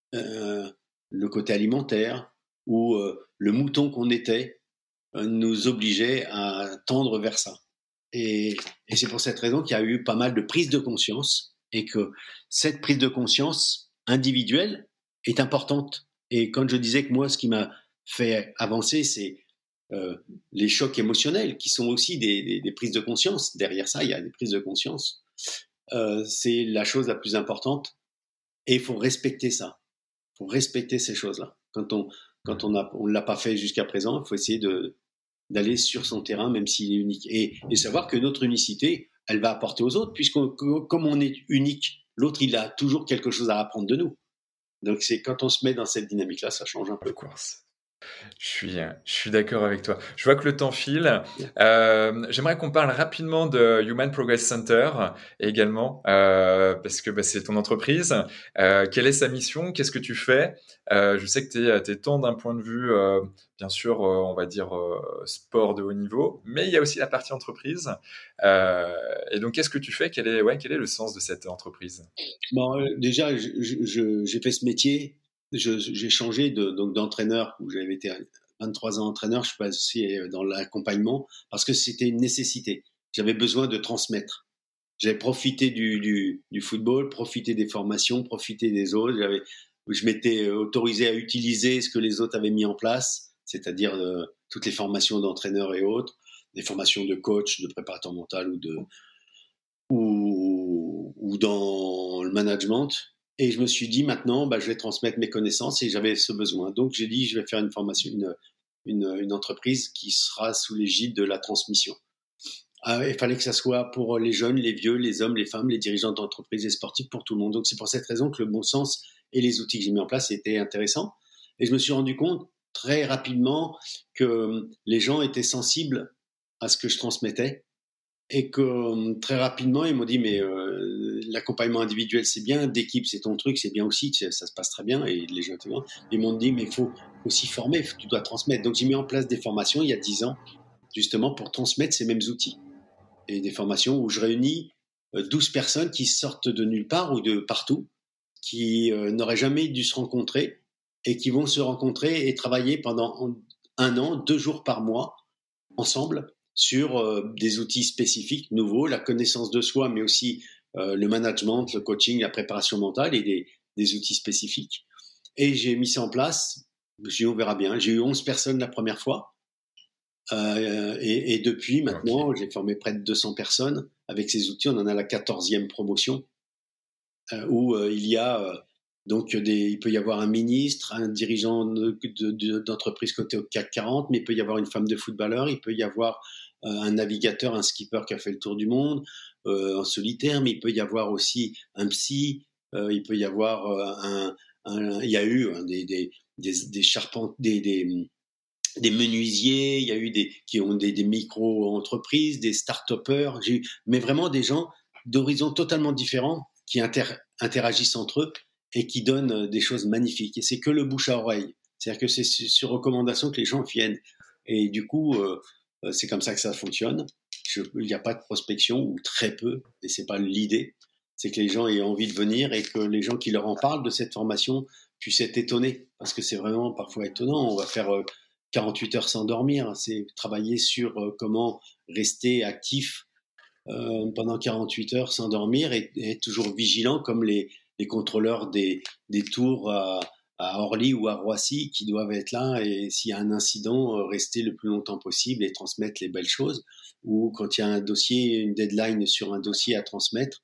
euh, le côté alimentaire ou euh, le mouton qu'on était euh, nous obligeait à tendre vers ça. Et, et c'est pour cette raison qu'il y a eu pas mal de prise de conscience et que cette prise de conscience individuelle est importante. Et quand je disais que moi, ce qui m'a fait avancer, c'est euh, les chocs émotionnels qui sont aussi des, des, des prises de conscience. Derrière ça, il y a des prises de conscience. Euh, c'est la chose la plus importante et il faut respecter ça. Il faut respecter ces choses-là. Quand on quand on a on l'a pas fait jusqu'à présent, il faut essayer de d'aller sur son terrain, même s'il est unique, et, et savoir que notre unicité, elle va apporter aux autres, puisqu'on comme on est unique, l'autre, il a toujours quelque chose à apprendre de nous. Donc, c'est quand on se met dans cette dynamique-là, ça change un peu. Of course. Je suis, euh, je suis d'accord avec toi. Je vois que le temps file. Euh, j'aimerais qu'on parle rapidement de Human Progress Center également, euh, parce que bah, c'est ton entreprise. Euh, quelle est sa mission? Qu'est-ce que tu fais? Euh, je sais que tu es tant d'un point de vue, euh, bien sûr, euh, on va dire euh, sport de haut niveau, mais il y a aussi la partie entreprise. Euh, et donc, qu'est-ce que tu fais? Quel est, ouais, quel est le sens de cette entreprise? Bon, euh, déjà, je, je, j'ai fait ce métier. Je, j'ai changé de, donc d'entraîneur où j'avais été vingt-trois ans entraîneur. Je suis passé dans l'accompagnement parce que c'était une nécessité. J'avais besoin de transmettre. J'avais profité du, du, du football, profité des formations, profité des autres. J'avais, je m'étais autorisé à utiliser ce que les autres avaient mis en place, c'est-à-dire euh, toutes les formations d'entraîneurs et autres, des formations de coach, de préparateur mental ou de ou, ou dans le management. Et je me suis dit maintenant, bah, je vais transmettre mes connaissances et j'avais ce besoin. Donc j'ai dit, je vais faire une formation, une, une, une entreprise qui sera sous l'égide de la transmission. Ah, il fallait que ça soit pour les jeunes, les vieux, les hommes, les femmes, les dirigeants d'entreprises et sportifs, pour tout le monde. Donc c'est pour cette raison que le bon sens et les outils que j'ai mis en place étaient intéressants. Et je me suis rendu compte très rapidement que les gens étaient sensibles à ce que je transmettais et que très rapidement ils m'ont dit mais euh, l'accompagnement individuel c'est bien, d'équipe c'est ton truc, c'est bien aussi, ça se passe très bien et les gens étaient bien. Ils m'ont dit mais il faut aussi former, tu dois transmettre. Donc j'ai mis en place des formations il y a dix ans justement pour transmettre ces mêmes outils. Et des formations où je réunis douze personnes qui sortent de nulle part ou de partout, qui euh, n'auraient jamais dû se rencontrer et qui vont se rencontrer et travailler pendant un an, deux jours par mois, ensemble, sur euh, des outils spécifiques, nouveaux, la connaissance de soi, mais aussi euh, le management, le coaching, la préparation mentale et des, des outils spécifiques. Et j'ai mis ça en place, j'ai dit on verra bien, j'ai eu onze personnes la première fois. Euh, et, et depuis maintenant, okay. J'ai formé près de deux cents personnes avec ces outils. On en a la quatorzième promotion euh, où euh, il y a euh, donc des, il peut y avoir un ministre, un dirigeant de, de, de, d'entreprise côté au C A C quarante, mais il peut y avoir une femme de footballeur, il peut y avoir euh, un navigateur, un skipper qui a fait le tour du monde euh, en solitaire, mais il peut y avoir aussi un psy, euh, il peut y avoir euh, un, un, il y a eu hein, des, des, des, des charpentes, des, des des menuisiers, il y a eu des qui ont des, des micro-entreprises, des start-upers, j'ai eu, mais vraiment des gens d'horizons totalement différents qui inter, interagissent entre eux et qui donnent des choses magnifiques. Et c'est que le bouche à oreille. C'est-à-dire que c'est sur recommandation que les gens viennent. Et du coup, euh, c'est comme ça que ça fonctionne. Je, il n'y a pas de prospection, ou très peu, et c'est pas l'idée. C'est que les gens aient envie de venir et que les gens qui leur en parlent de cette formation puissent être étonnés. Parce que c'est vraiment parfois étonnant. On va faire... Euh, quarante-huit heures sans dormir, c'est travailler sur euh, comment rester actif euh, pendant quarante-huit heures sans dormir et, et être toujours vigilant comme les, les contrôleurs des, des tours à, à Orly ou à Roissy qui doivent être là et s'il y a un incident, euh, rester le plus longtemps possible et transmettre les belles choses. Ou quand il y a un dossier, une deadline sur un dossier à transmettre,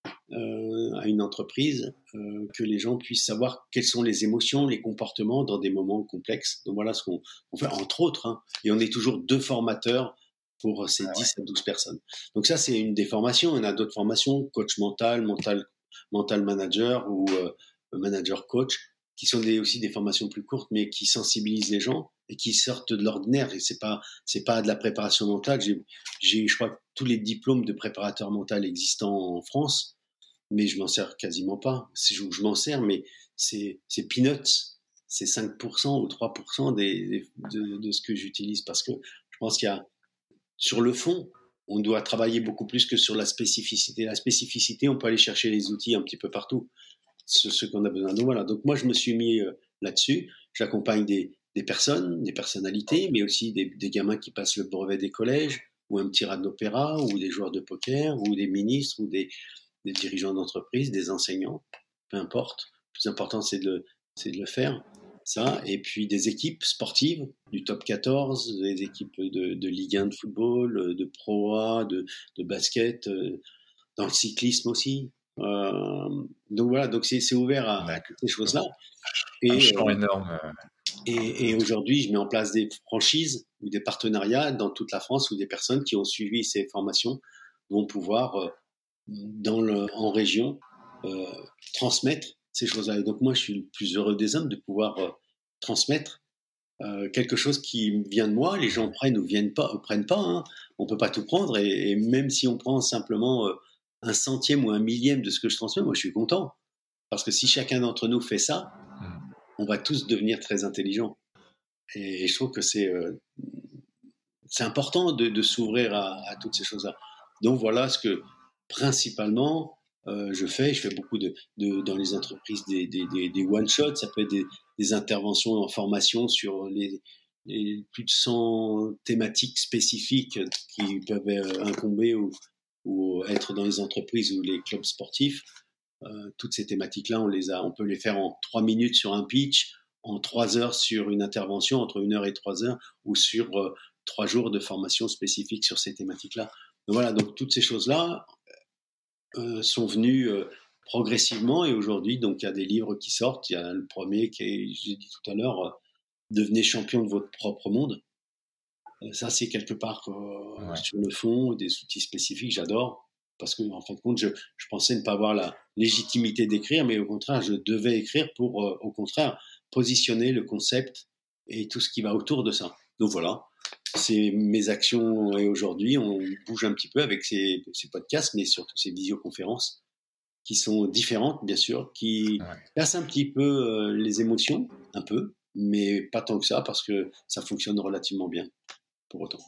Euh, à une entreprise, euh, que les gens puissent savoir quelles sont les émotions, les comportements dans des moments complexes. Donc voilà ce qu'on on fait, entre autres. Hein, et on est toujours deux formateurs pour ces ah dix ouais. à douze personnes. Donc ça, c'est une des formations. On a d'autres formations, coach mental, mental, mental manager ou euh, manager coach, qui sont des, aussi des formations plus courtes, mais qui sensibilisent les gens et qui sortent de l'ordinaire. Et c'est pas, c'est pas de la préparation mentale. J'ai, j'ai, je crois, tous les diplômes de préparateur mental existants en France, mais je m'en sers quasiment pas. Je, je m'en sers, mais c'est, c'est peanuts. C'est cinq pour cent ou trois pour cent des, des, de, de ce que j'utilise parce que je pense qu'il y a, sur le fond, on doit travailler beaucoup plus que sur la spécificité. La spécificité, on peut aller chercher les outils un petit peu partout, ce, ce qu'on a besoin. Donc voilà. Donc moi, je me suis mis euh, là-dessus. J'accompagne des, des personnes, des personnalités, mais aussi des, des gamins qui passent le brevet des collèges, ou un petit rat d'opéra, ou des joueurs de poker, ou des ministres, ou des, des dirigeants d'entreprise, des enseignants, peu importe. Le plus important, c'est de, c'est de le faire, ça. Et puis des équipes sportives, du top quatorze, des équipes de, de Ligue un de football, de Pro A, de, de basket, dans le cyclisme aussi. Euh, donc voilà, donc c'est, c'est ouvert à, à toutes ces choses-là. Et, un champ euh, énorme. Et, et aujourd'hui, je mets en place des franchises ou des partenariats dans toute la France où des personnes qui ont suivi ces formations vont pouvoir... Euh, dans le, en région, euh, transmettre ces choses-là. Et donc moi, je suis le plus heureux des hommes de pouvoir euh, transmettre euh, quelque chose qui vient de moi. Les gens prennent ou viennent pas, prennent pas. Hein. On peut pas tout prendre. Et, et même si on prend simplement euh, un centième ou un millième de ce que je transmets, moi, je suis content. Parce que si chacun d'entre nous fait ça, on va tous devenir très intelligents. Et, et je trouve que c'est euh, c'est important de, de s'ouvrir à, à toutes ces choses-là. Donc voilà ce que principalement euh, je fais. Je fais beaucoup de, de dans les entreprises des, des, des, des one-shots. Ça peut être des, des interventions en formation sur les, les plus de cent thématiques spécifiques qui peuvent euh, incomber ou, ou être dans les entreprises ou les clubs sportifs. Euh, toutes ces thématiques-là, on les a, on peut les faire en trois minutes sur un pitch, en trois heures sur une intervention, entre une heure et trois heures, ou sur euh, trois jours de formation spécifique sur ces thématiques-là. Donc voilà, donc toutes ces choses-là euh, sont venues euh, progressivement et aujourd'hui, donc il y a des livres qui sortent. Il y a le premier qui est, j'ai dit tout à l'heure, euh, Devenez champion de votre propre monde. Euh, ça, c'est quelque part euh, ouais. sur le fond, des outils spécifiques, j'adore. Parce que, en fin de compte, je, je pensais ne pas avoir la légitimité d'écrire, mais au contraire, je devais écrire pour, euh, au contraire, positionner le concept et tout ce qui va autour de ça. Donc voilà, c'est mes actions. Et aujourd'hui, on bouge un petit peu avec ces, ces podcasts, mais surtout ces visioconférences qui sont différentes, bien sûr, qui ouais. cassent un petit peu euh, les émotions, un peu, mais pas tant que ça, parce que ça fonctionne relativement bien, pour autant.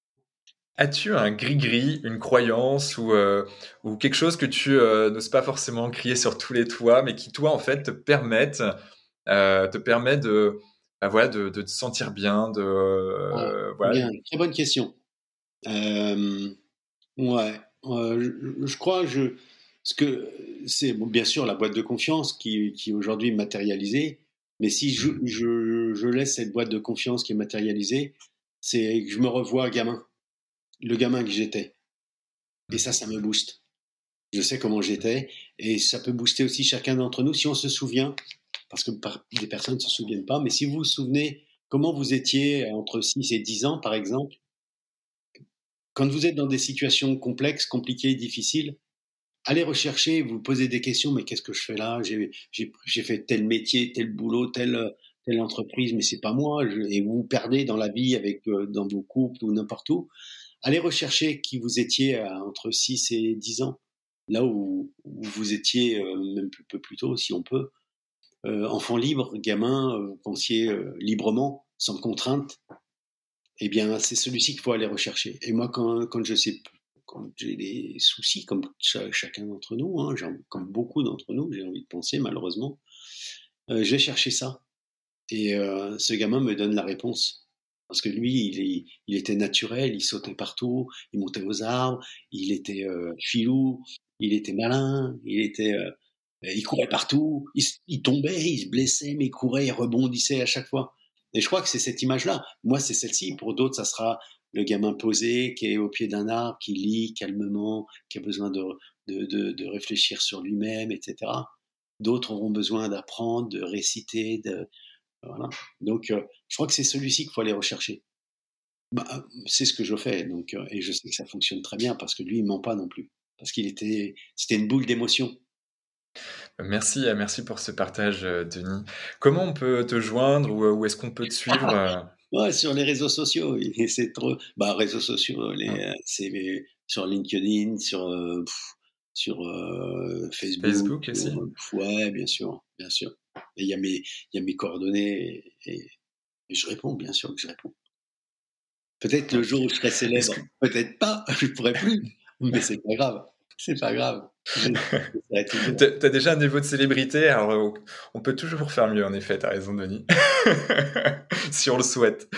As-tu un gris-gris, une croyance ou, euh, ou quelque chose que tu euh, n'oses pas forcément crier sur tous les toits, mais qui, toi, en fait, te permettent, euh, te permet de, bah, voilà, de, de te sentir bien, de, euh, ah, voilà. Bien, très bonne question. Euh, ouais, euh, je, je crois, je, ce que c'est bon, bien sûr la boîte de confiance qui, qui aujourd'hui est matérialisée, mais si je, je, je laisse cette boîte de confiance qui est matérialisée, c'est que je me revois gamin, le gamin que j'étais. Et ça, ça me booste. Je sais comment j'étais et ça peut booster aussi chacun d'entre nous si on se souvient, parce que des personnes ne se souviennent pas, mais si vous vous souvenez comment vous étiez entre six et dix ans, par exemple, quand vous êtes dans des situations complexes, compliquées, difficiles, allez rechercher, vous posez des questions, mais qu'est-ce que je fais là? J'ai, j'ai, j'ai fait tel métier, tel boulot, telle, telle entreprise, mais c'est pas moi. Je, et vous vous perdez dans la vie, avec, euh, dans vos couples ou n'importe où. Allez rechercher qui vous étiez à, entre six et dix ans, là où, où vous étiez, euh, même un peu plus tôt, si on peut. Euh, enfant libre, gamin, euh, vous pensiez euh, librement, sans contrainte. Eh bien, c'est celui-ci qu'il faut aller rechercher. Et moi, quand, quand je sais, quand j'ai des soucis, comme ch- chacun d'entre nous, hein, comme beaucoup d'entre nous, j'ai envie de penser, malheureusement, euh, je vais chercher ça. Et euh, ce gamin me donne la réponse. Parce que lui, il, est, il était naturel, il sautait partout, il montait aux arbres, il était euh, filou, il était malin, il était, euh, il courait partout, il, il tombait, il se blessait, mais il courait, il rebondissait à chaque fois. Et je crois que c'est cette image-là. Moi, c'est celle-ci. Pour d'autres, ça sera le gamin posé, qui est au pied d'un arbre, qui lit calmement, qui a besoin de, de, de, de réfléchir sur lui-même, et cetera. D'autres auront besoin d'apprendre, de réciter, de, voilà. Donc, euh, je crois que c'est celui-ci qu'il faut aller rechercher. Bah, c'est ce que je fais, donc, euh, et je sais que ça fonctionne très bien parce que lui, il ment pas non plus, parce qu'il était, c'était une boule d'émotion. Merci, merci pour ce partage, Denis. Comment on peut te joindre ou où est-ce qu'on peut te suivre? Ouais, sur les réseaux sociaux, c'est trop. Bah, réseaux sociaux, les, ah. c'est sur LinkedIn, sur euh, sur euh, Facebook. Facebook aussi. Euh, ouais, bien sûr, bien sûr. Et il y a mes il y a mes coordonnées et, et, et je réponds, bien sûr que je réponds. Peut-être le jour où je serai célèbre, que... peut-être pas, je pourrai plus, mais c'est pas grave, c'est pas grave. T'as déjà un niveau de célébrité, alors on peut toujours faire mieux, en effet, t'as raison, Denis, si on le souhaite.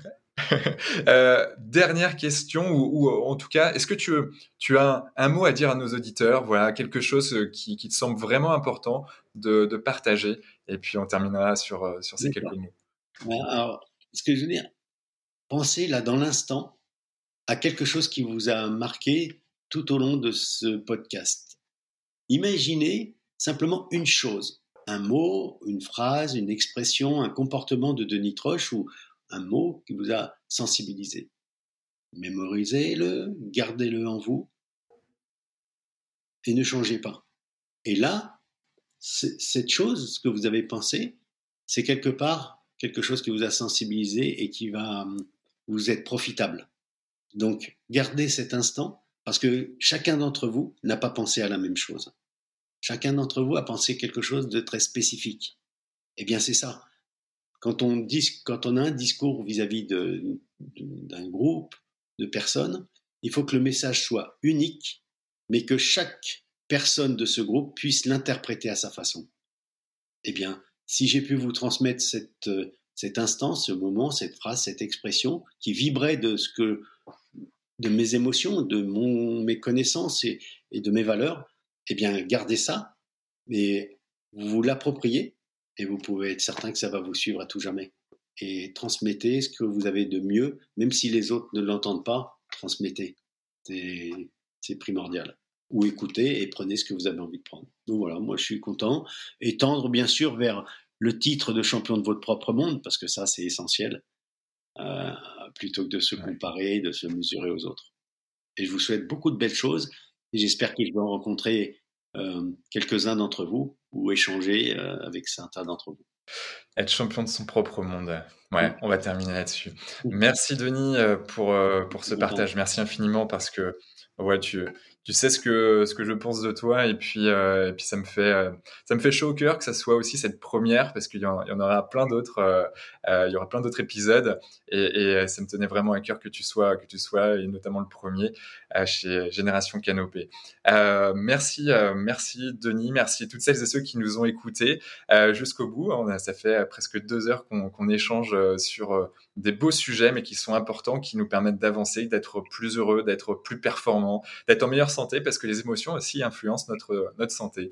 euh, dernière question, ou, ou en tout cas, est-ce que tu, tu as un, un mot à dire à nos auditeurs, voilà, quelque chose qui, qui te semble vraiment important de, de partager, et puis on terminera sur, sur ces quelques mots. Alors, ce que je veux dire, pensez là dans l'instant à quelque chose qui vous a marqué tout au long de ce podcast. Imaginez simplement une chose, un mot, une phrase, une expression, un comportement de Denis Troche ou un mot qui vous a sensibilisé. Mémorisez-le, gardez-le en vous et ne changez pas. Et là, cette chose, ce que vous avez pensé, c'est quelque part quelque chose qui vous a sensibilisé et qui va vous être profitable. Donc, gardez cet instant, parce que chacun d'entre vous n'a pas pensé à la même chose. Chacun d'entre vous a pensé quelque chose de très spécifique. Eh bien, c'est ça. Quand on, dis, quand on a un discours vis-à-vis de, de, d'un groupe de personnes, il faut que le message soit unique, mais que chaque personne de ce groupe puisse l'interpréter à sa façon. Eh bien, si j'ai pu vous transmettre cette, cet instant, ce moment, cette phrase, cette expression qui vibrait de, ce que, de mes émotions, de mon, mes connaissances et, et de mes valeurs, eh bien, gardez ça, mais vous vous l'appropriez et vous pouvez être certain que ça va vous suivre à tout jamais. Et transmettez ce que vous avez de mieux, même si les autres ne l'entendent pas, transmettez. C'est, c'est primordial. Ou écoutez et prenez ce que vous avez envie de prendre. Donc voilà, moi je suis content. Et tendre bien sûr vers le titre de champion de votre propre monde, parce que ça c'est essentiel, euh, plutôt que de se comparer, de se mesurer aux autres. Et je vous souhaite beaucoup de belles choses, et j'espère que je vais en rencontrer euh, quelques-uns d'entre vous, ou échanger euh, avec certains d'entre vous. Être champion de son propre monde. Ouais, on va terminer là-dessus. Merci Denis pour, euh, pour ce partage. Merci infiniment parce que ouais, tu, tu sais ce que, ce que je pense de toi et puis, euh, et puis ça, me fait, euh, ça me fait chaud au cœur que ça soit aussi cette première parce qu'il y en, il y en aura plein d'autres, euh, euh, il y aura plein d'autres épisodes et, et ça me tenait vraiment à cœur que tu sois, que tu sois et notamment le premier euh, chez Génération Canopée. Euh, merci, euh, merci Denis, merci toutes celles et ceux qui nous ont écoutés euh, jusqu'au bout. On a, ça fait presque deux heures qu'on, qu'on échange sur des beaux sujets mais qui sont importants, qui nous permettent d'avancer, d'être plus heureux, d'être plus performant, d'être en meilleure santé parce que les émotions aussi influencent notre, notre santé.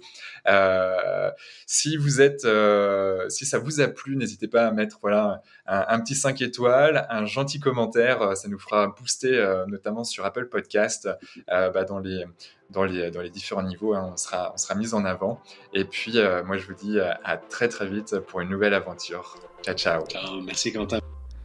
Euh, si vous êtes, euh, si ça vous a plu, n'hésitez pas à mettre voilà, un, un petit cinq étoiles, un gentil commentaire, ça nous fera booster euh, notamment sur Apple Podcast euh, bah, dans les Dans les, dans les différents niveaux, hein, on sera, on sera mis en avant. Et puis, euh, moi, je vous dis à, à très, très vite pour une nouvelle aventure. Ciao, ciao. Ciao, merci Quentin.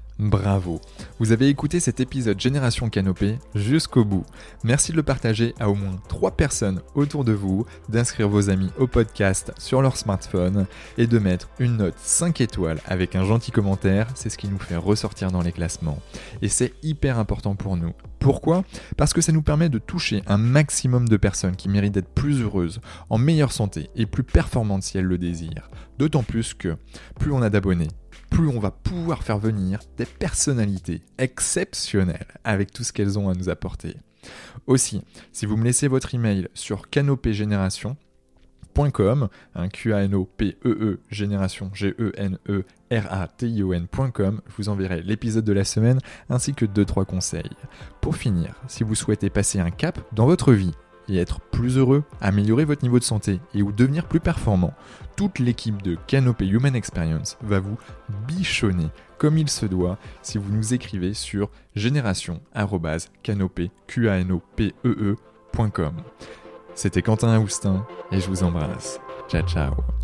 Bravo. Vous avez écouté cet épisode Génération Canopée jusqu'au bout. Merci de le partager à au moins trois personnes autour de vous, d'inscrire vos amis au podcast sur leur smartphone et de mettre une note cinq étoiles avec un gentil commentaire. C'est ce qui nous fait ressortir dans les classements. Et c'est hyper important pour nous. Pourquoi ? Parce que ça nous permet de toucher un maximum de personnes qui méritent d'être plus heureuses, en meilleure santé et plus performantes si elles le désirent. D'autant plus que plus on a d'abonnés, plus on va pouvoir faire venir des personnalités exceptionnelles avec tout ce qu'elles ont à nous apporter. Aussi, si vous me laissez votre email sur canopégénération point com, un Q A N O P E E génération G E N E R A T I O N point com, je vous enverrai l'épisode de la semaine ainsi que deux trois conseils. Pour finir, si vous souhaitez passer un cap dans votre vie et être plus heureux, améliorer votre niveau de santé et ou devenir plus performant, toute l'équipe de Canopée Human Experience va vous bichonner comme il se doit si vous nous écrivez sur génération arobase canopée point com. C'était Quentin Aoustin et je vous embrasse. Ciao ciao.